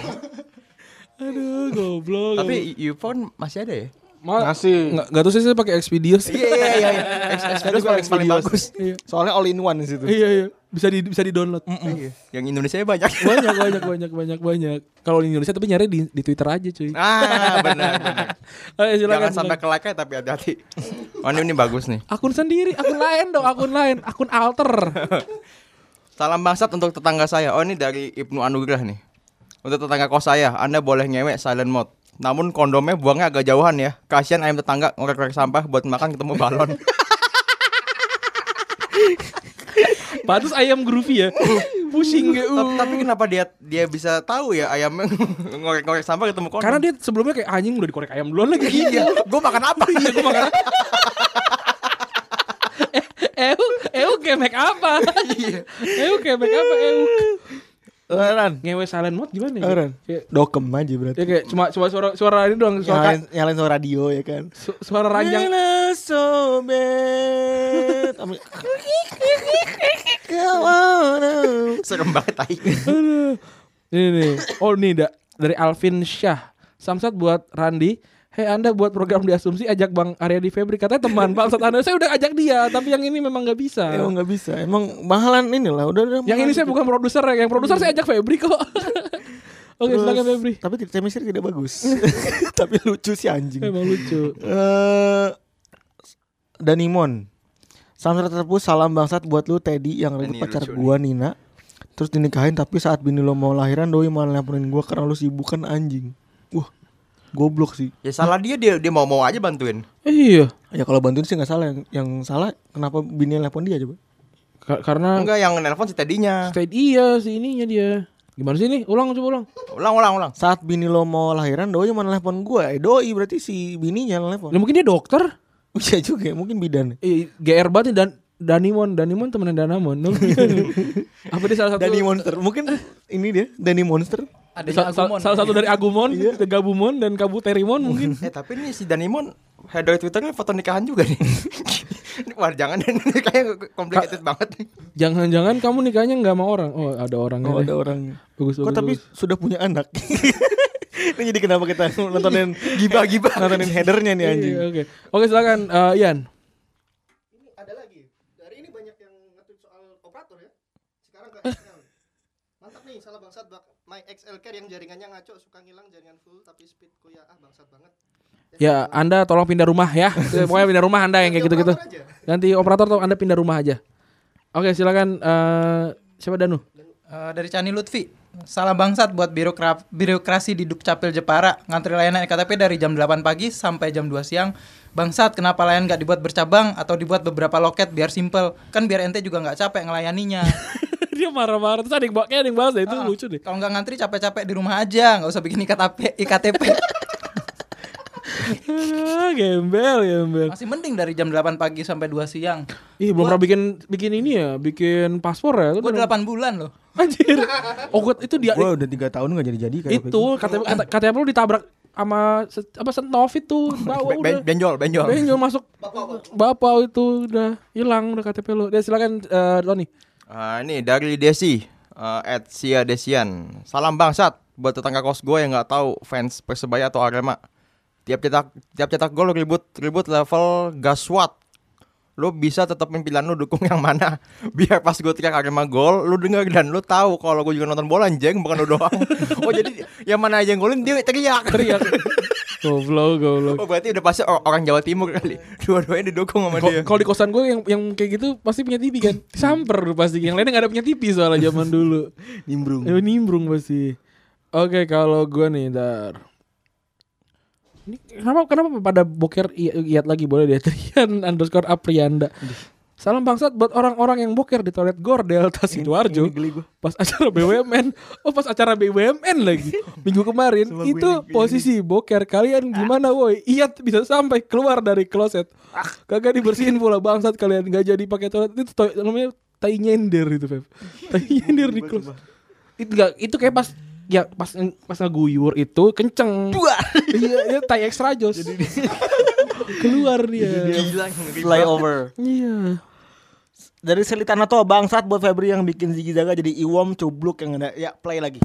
Aduh goblok. Tapi YouPorn masih ada ya? Masih. Nggak tahu sih saya pakai Xvideos. Iya. Xvideos paling bagus. Iya. Soalnya all in one di situ. Iya. Bisa di download. Iya. Yang Indonesia banyak. Banyak. Kalau di Indonesia tapi nyari di Twitter aja cuy. Benar. Ayo silakan. Jangan sampai ke like tapi hati-hati. Oh ini bagus nih. Akun sendiri, akun lain, akun alter. Salam bangsat untuk tetangga saya. Oh ini dari Ibnu Anugrah nih. Untuk tetangga kos saya, Anda boleh ngewek silent mode. Namun kondomnya buangnya agak jauhan ya. Kasihan ayam tetangga ngorek-ngorek sampah buat makan ketemu balon. Pantes ayam groovy ya. Pusing ya. Tapi kenapa dia bisa tahu ya ayamnya ngorek-ngorek sampah ketemu kondom? Karena dia sebelumnya kayak anjing udah dikorek ayam duluan lagi. Iya, gue makan apa? Iya, gue makan. Kemek apa? Kemek apa? Ran. Ngewe silent mode gimana ya? Ran. Kayak Dokem aja berarti. ya kayak cuma suara ini doang, Nyalain suara radio ya kan. suara ranjang. Serem banget tai. Ini nih. Oh nih dari Alvin Syah. Samsat buat Randi. Hei Anda buat program di Asumsi ajak Bang Aryadi Febri. Katanya teman Bangsat Anda. Saya udah ajak dia, tapi yang ini memang nggak bisa. Emang nggak bisa. Emang mahalan inilah. Udah. Yang ini saya bukan produser ya. Yang produser saya ajak Febri kok. Oke, silakan Febri. Tapi chemistry tidak bagus. Tapi lucu sih anjing. Emang lucu. Danimon. Salam terpus, salam bangsat buat lu Teddy yang rebut Ini pacar lucu gua Nina. Terus dinikahin tapi saat bini lo mau lahiran doi malah nelponin gua karena lu sibuk kan anjing. Wah, goblok sih. Ya salah dia mau aja bantuin. Iya. Ya kalau bantuin sih nggak salah. Yang salah kenapa bini nelpon dia coba? Karena Enggak yang nelpon si tadinya. iya si ininya dia. Gimana sih ini? Ulang. Ulang. Saat bini lo mau lahiran doi malah nelpon gua. Doi berarti si bininya nelpon. Nah, mungkin dia dokter. Iya juga, mungkin bidan. GR banget nih, Danimon temenan Danamon. Apa dia salah satu Dani Monster. Mungkin ini dia Dani Monster. Adanya Agumon. salah satu dari Agumon, Gabumon dan Kabuterimon mungkin. Tapi nih si Danimon header Twitternya foto nikahan juga nih. Wah jangan deh kayaknya complicated banget nih. Jangan-jangan kamu nikahnya nggak sama orang. Oh ada orangnya. Oh, deh. ada orang. Bagus. Kok tapi sudah punya anak. Ini jadi kenapa kita nontonin gibah-gibah nontonin headernya nih anjing. Iya, Oke silakan Ian. Ini ada lagi. Dari ini banyak yang nge-tweet soal operator ya. Sekarang ke XL. Mantap nih, salah bangsat My XL Care yang jaringannya ngaco suka ngilang jaringan full tapi speed kuya bangsat banget. Ya Anda tolong pindah rumah ya. Pokoknya pindah rumah Anda yang kayak gitu-gitu. Ganti operator atau Anda pindah rumah aja. Oke silakan siapa Danu? Dari Chani Lutfi. Salam bangsat buat birokrasi di Dukcapil Jepara. Ngantri layanan EKTP dari jam 8 pagi sampai jam 2 siang. Bangsat, kenapa layanan gak dibuat bercabang atau dibuat beberapa loket biar simple? Kan biar ente juga gak capek ngelayaninya. Dia marah-marah. Terus ada yang bahas deh. Itu lucu deh. Kalau gak ngantri capek-capek di rumah aja. Gak usah bikin IKTP. Gembel. Masih mending dari jam 8 pagi sampai 2 siang. Ih belum pernah bikin ini ya. Bikin paspor ya. Gue 8 bulan loh. Anjir. Oh itu dia. Gua udah 3 tahun gak jadi kayak Itu KTP lu ditabrak sama Setnov itu bawa udah. Benjol. Masuk bapak itu udah hilang udah KTP lu. Silakan Roni. Ini dari Desi. @siadesian. Salam bangsat buat tetangga kos gue yang nggak tahu fans Persebaya atau Arema. Tiap cetak gol ribut level gaswat. Lu bisa tetap pimpinan lu dukung yang mana. Biar pas gue teriak Arema gol, lu denger dan lu tahu kalau gue juga nonton bola anjing, bukan lu doang. Oh jadi yang mana aja yang golin dia teriak. Goblok. Oh berarti udah pasti orang Jawa Timur kali. Dua-duanya didukung sama dia. Kalau di kosan gue yang kayak gitu pasti punya TV kan. Samper pasti. Yang lainnya gak ada punya TV soalnya zaman dulu. Nimbrung pasti. Oke, kalau gue nih ini kenapa pada boker iat lagi boleh deh. Trian_Aprianda. Salam bangsat buat orang-orang yang boker di toilet GOR Delta Sidoarjo pas acara BUMN. Pas acara BUMN lagi minggu kemarin. Itu posisi boker. Kalian gimana woi? Iat bisa sampai keluar dari kloset. Kagak dibersihin pula bangsat kalian. Gak jadi pakai toilet. Itu namanya tai nyender itu, Feb. Tai nyender di kloset. Itu kayak pas ngeguyur itu kenceng. Iya, tai extra jos. Keluar dia. Flyover. Iya. Dari Selitan atau bangsat buat Febri yang bikin Ziggy Zaga jadi Iwom cobluk yang ada. Ya, play lagi.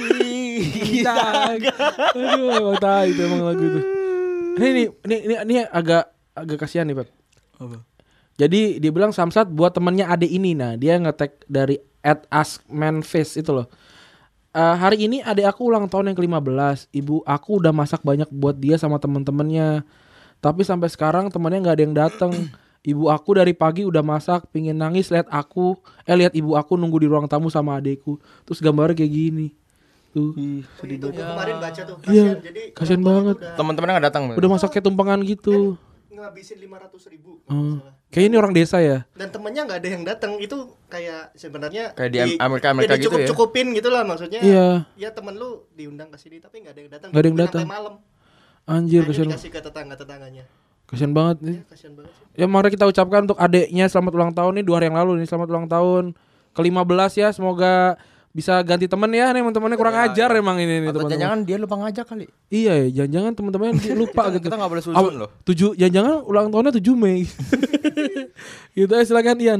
Aduh, emang tai itu emang lagu itu. Ini agak kasihan nih, Pep. Jadi dia bilang samsat buat temennya Ade ini. Nah, dia nge-tag dari @askmanface itu loh. Hari ini adik aku ulang tahun yang ke-15. Ibu aku udah masak banyak buat dia sama temen-temennya. Tapi sampai sekarang temennya gak ada yang datang. Ibu aku dari pagi udah masak, pingin nangis lihat ibu aku nunggu di ruang tamu sama adekku. Terus gambarnya kayak gini. Tuh. Sedih banget. Kemarin baca tuh. Iya, Kasian. Jadi kasian banget. Teman-temannya nggak datang. Udah masak kayak tumpangan gitu. Ngabisin 500.000. Kayak ini orang desa ya. Dan temennya nggak ada yang datang. Itu kayak sebenarnya kayak di Amerika gitu ya. Cukupin gitu lah maksudnya. Iya. Ya temen lu diundang ke sini tapi nggak ada yang datang. Nggak ada yang datang. Sampai malam. Anjir, kasian. Dikasih ke tetangga-tetangganya. Kasian banget nih. Ya, kasian banget sih. Ya mari kita ucapkan untuk adeknya selamat ulang tahun nih 2 hari yang lalu nih. Selamat ulang tahun ke-15 ya. Semoga bisa ganti temen ya nih temen-temennya kurang ajar emang ini nih teman-teman. Jangan dia lupa ngajak kali. Iya ya, jangan-jangan temen-temennya lupa gitu. Kita enggak boleh susun loh. 7 jangan ulang tahunnya 7 Mei. Gitu ya, silakan Ian.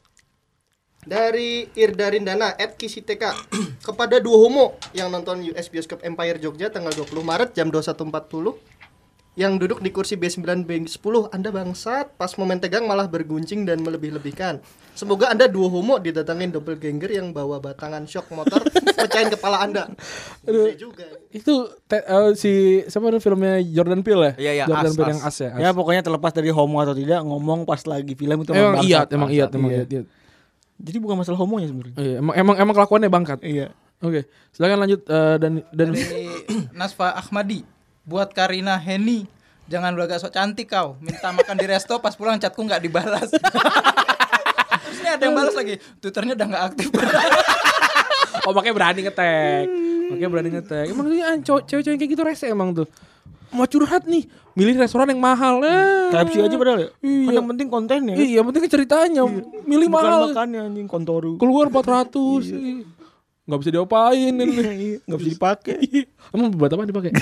Dari Irdarindana @kisiteka kepada 2 homo yang nonton US Bioskop Empire Jogja tanggal 20 Maret jam 21.40 yang duduk di kursi B9 B10, Anda bangsat, pas momen tegang malah berguncing dan melebih-lebihkan. Semoga Anda 2 homo didatangin doppelganger yang bawa batangan shock motor pecahin kepala Anda. Aduh, juga. Itu si siapa tuh filmnya Jordan Peele ya? Iya, Jordan As. Peele yang As ya. Ya pokoknya terlepas dari homo atau tidak, ngomong pas lagi film itu Emang bangsat. iya. Jadi bukan masalah homonya sebenarnya. Iya, emang kelakuannya bangkat. Iya. Oke, silakan lanjut dan Dari Nasfa Ahmadi buat Karina Heni, jangan lu agak sok cantik kau, minta makan di resto pas pulang chatku nggak dibalas. Terus ini ada yang balas lagi, Twitternya udah nggak aktif. Oh makanya berani nge-tag. Emang ini cewek-cewek kayak gitu rese emang tuh. Mau curhat nih, milih restoran yang mahal. KFC aja padahal ya. Iya. Kan yang penting kontennya. Iya, yang penting ceritanya. Milih Bukan mahal. makannya anjing kontoru. Keluar 400. Nggak bisa diopain ini. Nggak bisa dipakai. Emang buat apa dipakai?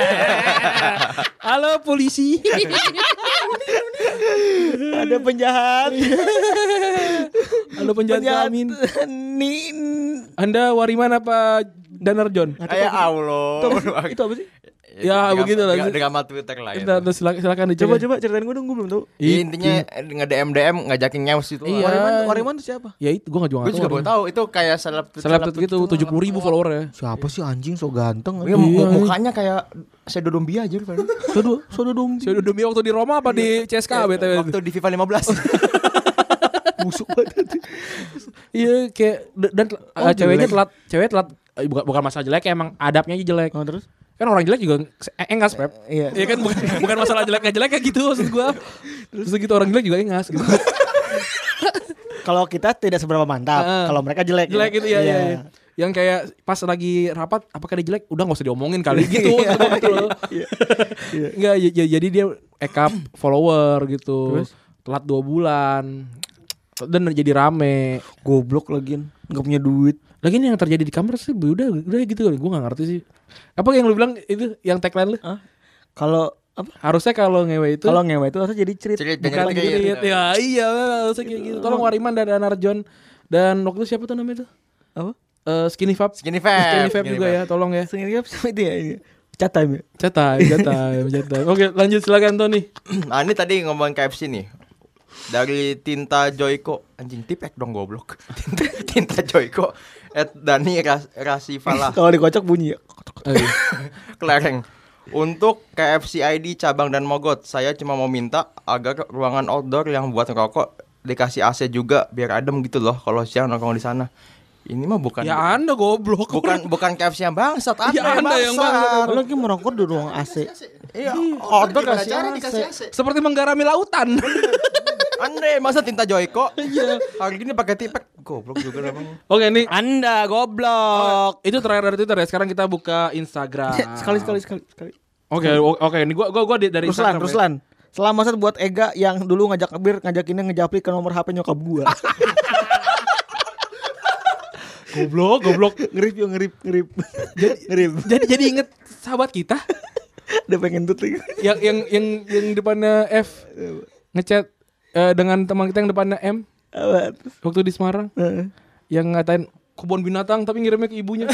Halo polisi. Ada penjahat. Halo penjahat kelamin. Anda Wariman apa Danarjon? Ya Allah. Itu apa sih? Ya begitu lah. Drama Twitter lah ya. Silakan dicoba. Coba ceritain gue dong, gue belum tahu. Intinya nge-DM ngajakin nyaus itu. Iya. Wariman itu siapa? Ya itu gue juga Gue juga baru tahu itu kayak seleb gitu 70.000 follower ya. Siapa sih anjing so ganteng? Iya, mukanya kayak Sedo Dombia aja kan. Sodo dong. Saya udah demi waktu di Roma apa di CSKA BTW. Waktu di FIFA 15. Busuk banget. Iya kayak dan cewek telat bukan masalah jelek, emang adabnya aja jelek. Oh, terus? Kan orang jelek juga engas, Pep. Iya. Iya kan bukan masalah jelek enggak jelek kayak gitu maksud gua. Terus gitu orang jelek juga engas gitu. Kalau kita tidak seberapa mantap, kalau mereka jelek. Jelek gitu ya. Yang kayak pas lagi rapat apakah dia jelek? Udah enggak usah diomongin kali gitu. Gitu loh. Enggak jadi dia up follower gitu. Terus telat 2 bulan. Dan jadi rame. Goblok lagian, enggak punya duit. Lagian yang terjadi di kamar sih udah gitu gue enggak ngerti sih. Apa yang lu bilang itu yang tagline lu? Kalau apa? Harusnya kalau ngewe itu harusnya jadi cerit. bukan cerit. Ya iya harusnya kayak gitu. Tolong Wariman dan Danarjon dan waktu itu siapa tuh namanya tuh? Apa? Skinny Fab. Skinny Fab juga ya, tolong ya. Skinny Fab sama itu ya. Chat time ya. Chat time. Oke, lanjut silakan Tony. Nah ini tadi ngomongin KFC nih. Dari Tinta Joyko. Anjing tipek dong goblok. Tinta Joyko Dani Rasifala. Kalau dikocok bunyi ya. Kelereng. Untuk KFC ID cabang dan Mogot, saya cuma mau minta agar ruangan outdoor yang buat ngerokok dikasih AC juga biar adem gitu loh kalau siang nongkrong di sana. Ini mah bukan Ya Anda goblok. bukan KFC yang bangsat, Ya Anda yang bangsat. Lo lagi merokok di ruang AC. Iya, Outdoor outdoor cara kasih dikasih AC. AC. Seperti menggarami lautan. Andre, masa Tinta Joyko? Iya. Hari ini pakai tipek, goblok juga memang. Oke, nih Anda goblok. itu terakhir dari Twitter ya. Sekarang kita buka Instagram. Sekali. Oke, ini gua dari Instagram. Ruslan. Selamat set buat Ega yang dulu ngajakinnya ngejapri ke nomor HP nyokap gua. Goblok. Ngerip. Jadi inget sahabat kita Udah pengen tut lagi. yang depannya F ngechat dengan teman kita yang depannya M Apa? waktu di Semarang yang ngatain kebun binatang tapi ngirimnya ke ibunya.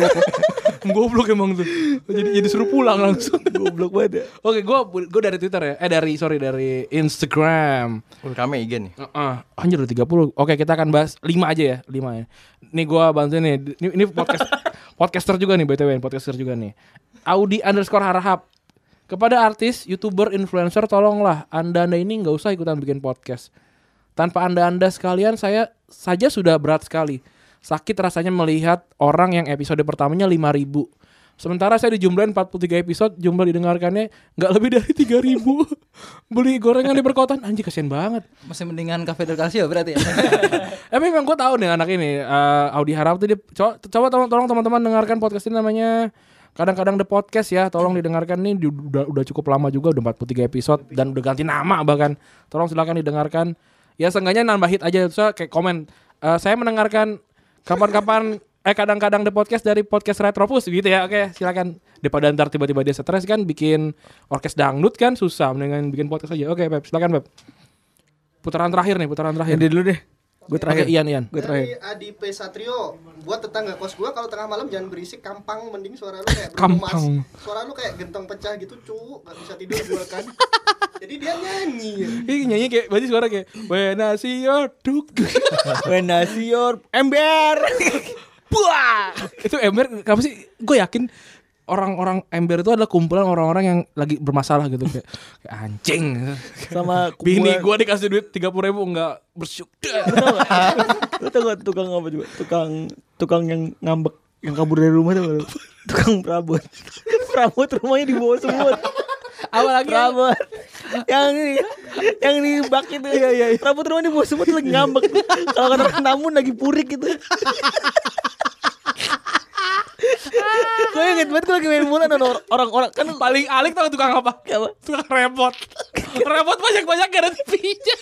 Goblok emang tuh. Jadi suruh pulang langsung. Goblok banget ya. Oke, gue dari Twitter ya. Dari Instagram. Rame IG nih. Anjir udah 30. Oke, kita akan bahas 5 aja ya. 5 ya. Nih gue bantuin nih. Ini podcaster juga nih BTW, podcaster juga nih. Audi_Harahap. Kepada artis, YouTuber, influencer, tolonglah Anda ini gak usah ikutan bikin podcast. Tanpa Anda sekalian saya saja sudah berat sekali. Sakit rasanya melihat orang yang episode pertamanya 5.000. Sementara saya dijumlahin 43 episode, jumlah didengarkannya gak lebih dari 3.000. Beli gorengan di perkotaan, anjir kasihan banget. Masih mendingan Cafe del Calcio berarti ya. Memang gue tahu nih anak ini Audi Harap tuh dia coba tolong teman-teman dengarkan podcast ini namanya Kadang-kadang The Podcast ya. Tolong didengarkan nih udah cukup lama juga, udah 43 episode dan udah ganti nama bahkan. Tolong silakan didengarkan. Ya seenggaknya nambah hit aja, so kayak komen saya mendengarkan kapan-kapan kadang-kadang The Podcast dari podcast Retropus gitu ya. Oke, silakan. Daripada ntar tiba-tiba dia stres kan bikin orkes dangdut kan susah, mendingan bikin podcast aja. Oke, Pep, silakan Pep. Putaran terakhir. Yang dulu deh. Gue terakhir. Oke, Ian. Gue terakhir. Dari Adi P Satrio, buat tetangga kos gua kalau tengah malam jangan berisik, kampang, mending suara lu kayak Bruno Mars. Suara lu kayak gentong pecah gitu, gak bisa tidur gua kan. Jadi dia nyanyi. Nyanyi kayak berarti suara kayak when I see your duk. When I see your ember. Buah. Itu ember apa sih? Gue yakin orang-orang ember itu adalah kumpulan orang-orang yang lagi bermasalah gitu kayak anjing. Sama bini gue dikasih duit 30.000 enggak bersyukur. Lu tau gak tukang apa juga? Tukang yang ngambek, yang kabur dari rumah tuh. Tukang perabot. Perabot rumahnya dibawa semua. Apalagi perabot. Yang di bak itu. Iya. Perabot rumahnya dibawa semua tuh lagi ngambek. Kalau kata namun lagi purik gitu. Gue inget banget gue lagi main bola dan orang-orang kan paling alik tau tukang apa? Tukang repot. Repot banyak-banyak gak ada TV-nya.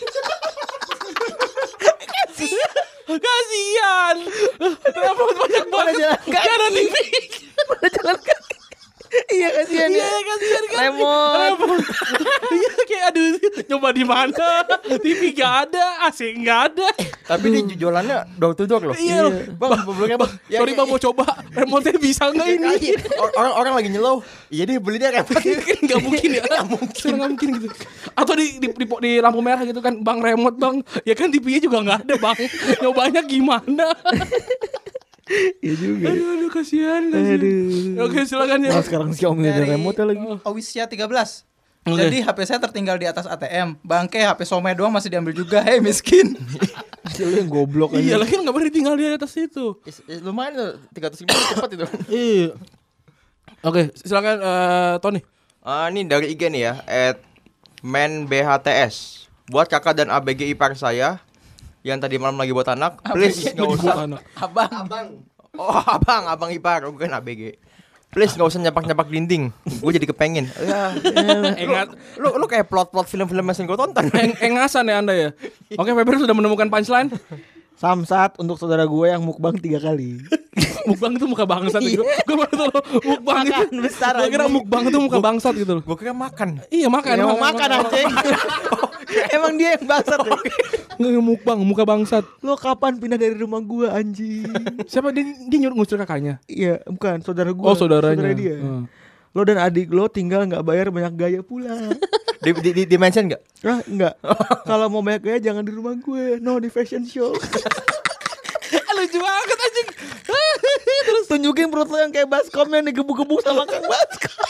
Kasian. Repot banyak-banyak gak ada TV. Pada jalan kaki. Iya kasihan ya. Iya kasihan kan. Remot. Iya kayak aduh nyoba di mana? TV gak ada, AC gak ada. Tapi dia jualannya door to door loh. Iya. Bang, bang. Sorry bang mau coba remote-nya bisa nggak ini? Orang lagi nyelow. Iya deh beli deh remote. Nggak mungkin ya. Nggak mungkin gitu. Atau di lampu merah gitu kan, bang remote bang. Ya kan TV-nya juga nggak ada bang. Nyobanya gimana? Iya juga. Aduh kasihan. Oke silakan ya. Sekarang Xiaomi ada remote lagi. Owisya 13. Jadi HP saya tertinggal di atas ATM. Bangke HP Somai doang masih diambil juga. Hei miskin. Lu yang goblok aja. Iya lagi nggak boleh tinggal di atas itu. Lumayan tuh 350 cepat itu. Iya. Oke silakan Tony. Ini dari IG nih ya @manbhts. Buat kakak dan ABG ipar saya yang tadi malam lagi buat anak, please nggak usah. Abang. Oh abang ipar, bukan ABG. Please nggak usah nyapak dinding. Gue jadi kepengen. Ya. Ingat, lu kayak plot film-film yang gue tonton. Engasan ya anda ya. Oke, Feber sudah menemukan punchline. Samsat untuk saudara gue yang mukbang 3 kali. Mukbang itu muka bangsat gitu. Gue baru tahu mukbang itu besar. Gue kira mukbang itu muka bangsat gitu loh. Gue kira makan. Iya makan. Mau makan anjing. Emang dia yang bangsat ya? Ngemukbang, muka bangsat. Lo kapan pindah dari rumah gua anjing? Siapa dia nyuruh ngusir kakaknya? Iya, bukan saudara gua. Oh, saudaranya. Saudara dia. Lo dan adik lo tinggal nggak bayar banyak gaya pula. Di mention enggak? Ah, enggak. Kalau mau banyak gaya jangan di rumah gue. No, di fashion show. Lucu banget anjing. Terus tunjukin perut lo yang kayak baskom yang digebuk-gebuk sama Kang Baskom.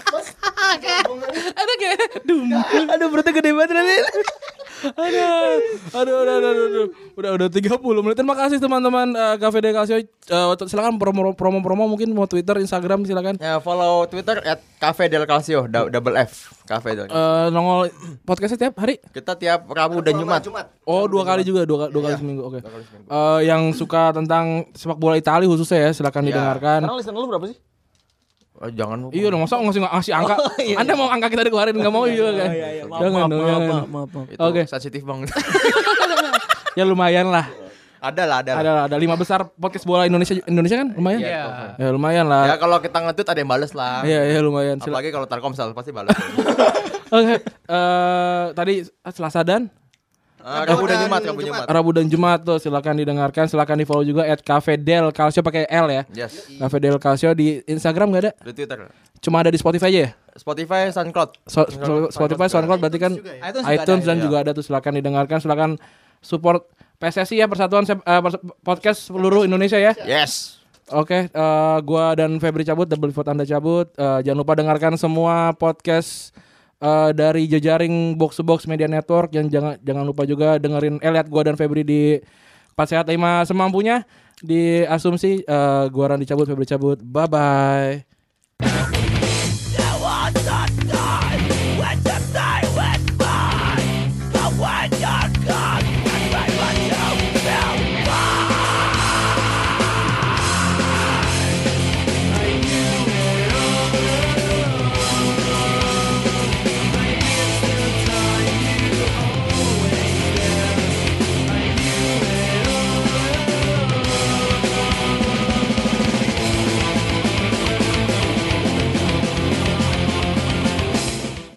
Ada kayak Aduh, perutnya gede banget Rani. Aduh. Udah 30 menit. Terima kasih teman-teman Cafe Del Calcio. Silakan promo mungkin mau Twitter, Instagram silakan. Ya, follow Twitter @Cafe Del Calcio, double F, Cafe Del Calcio. Nongol podcastnya tiap hari. Kita tiap Rabu dan Jumat. Oh, dua kali juga, dua kali seminggu. Oke. Yang suka tentang sepak bola Italia khususnya ya, silakan didengarkan. Sekarang listener lu berapa sih? Oh, jangan lupa. Iya dong, masa ngasih angka. Anda mau angka kita dikeluarin enggak mau juga kan? Maaf. Itu Oke. sensitif banget. Ya lumayan lah. Ada lah. Ada 5 besar podcast bola Indonesia kan lumayan. Iya. Ya lumayan lah. Ya kalau kita nge-tweet ada yang bales lah. Iya lumayan. Apalagi kalau Telkomsel pasti balas. Oke. Tadi Selasa dan Rabu dan Jumat. Rabu dan Jumat tuh silakan didengarkan, silakan di follow juga @Cafe Del Calcio pakai L ya. Yes. Cafe Del Calcio di Instagram enggak ada? Di Twitter. Cuma ada di Spotify aja ya? Spotify, SoundCloud. Spotify, SoundCloud berarti kan iTunes dan juga ada tuh, silakan didengarkan, silakan support PSSI ya, Persatuan Podcast seluruh Indonesia ya. Yes. Oke, gua dan Febri cabut, double vote Anda cabut. Jangan lupa dengarkan semua podcast dari jejaring Box to Box Media Network. Jangan lupa juga dengerin lihat gua dan Febri di 4 Sehat 5 semampunya di Asumsi. Gua Randy cabut, Febri cabut. Bye bye.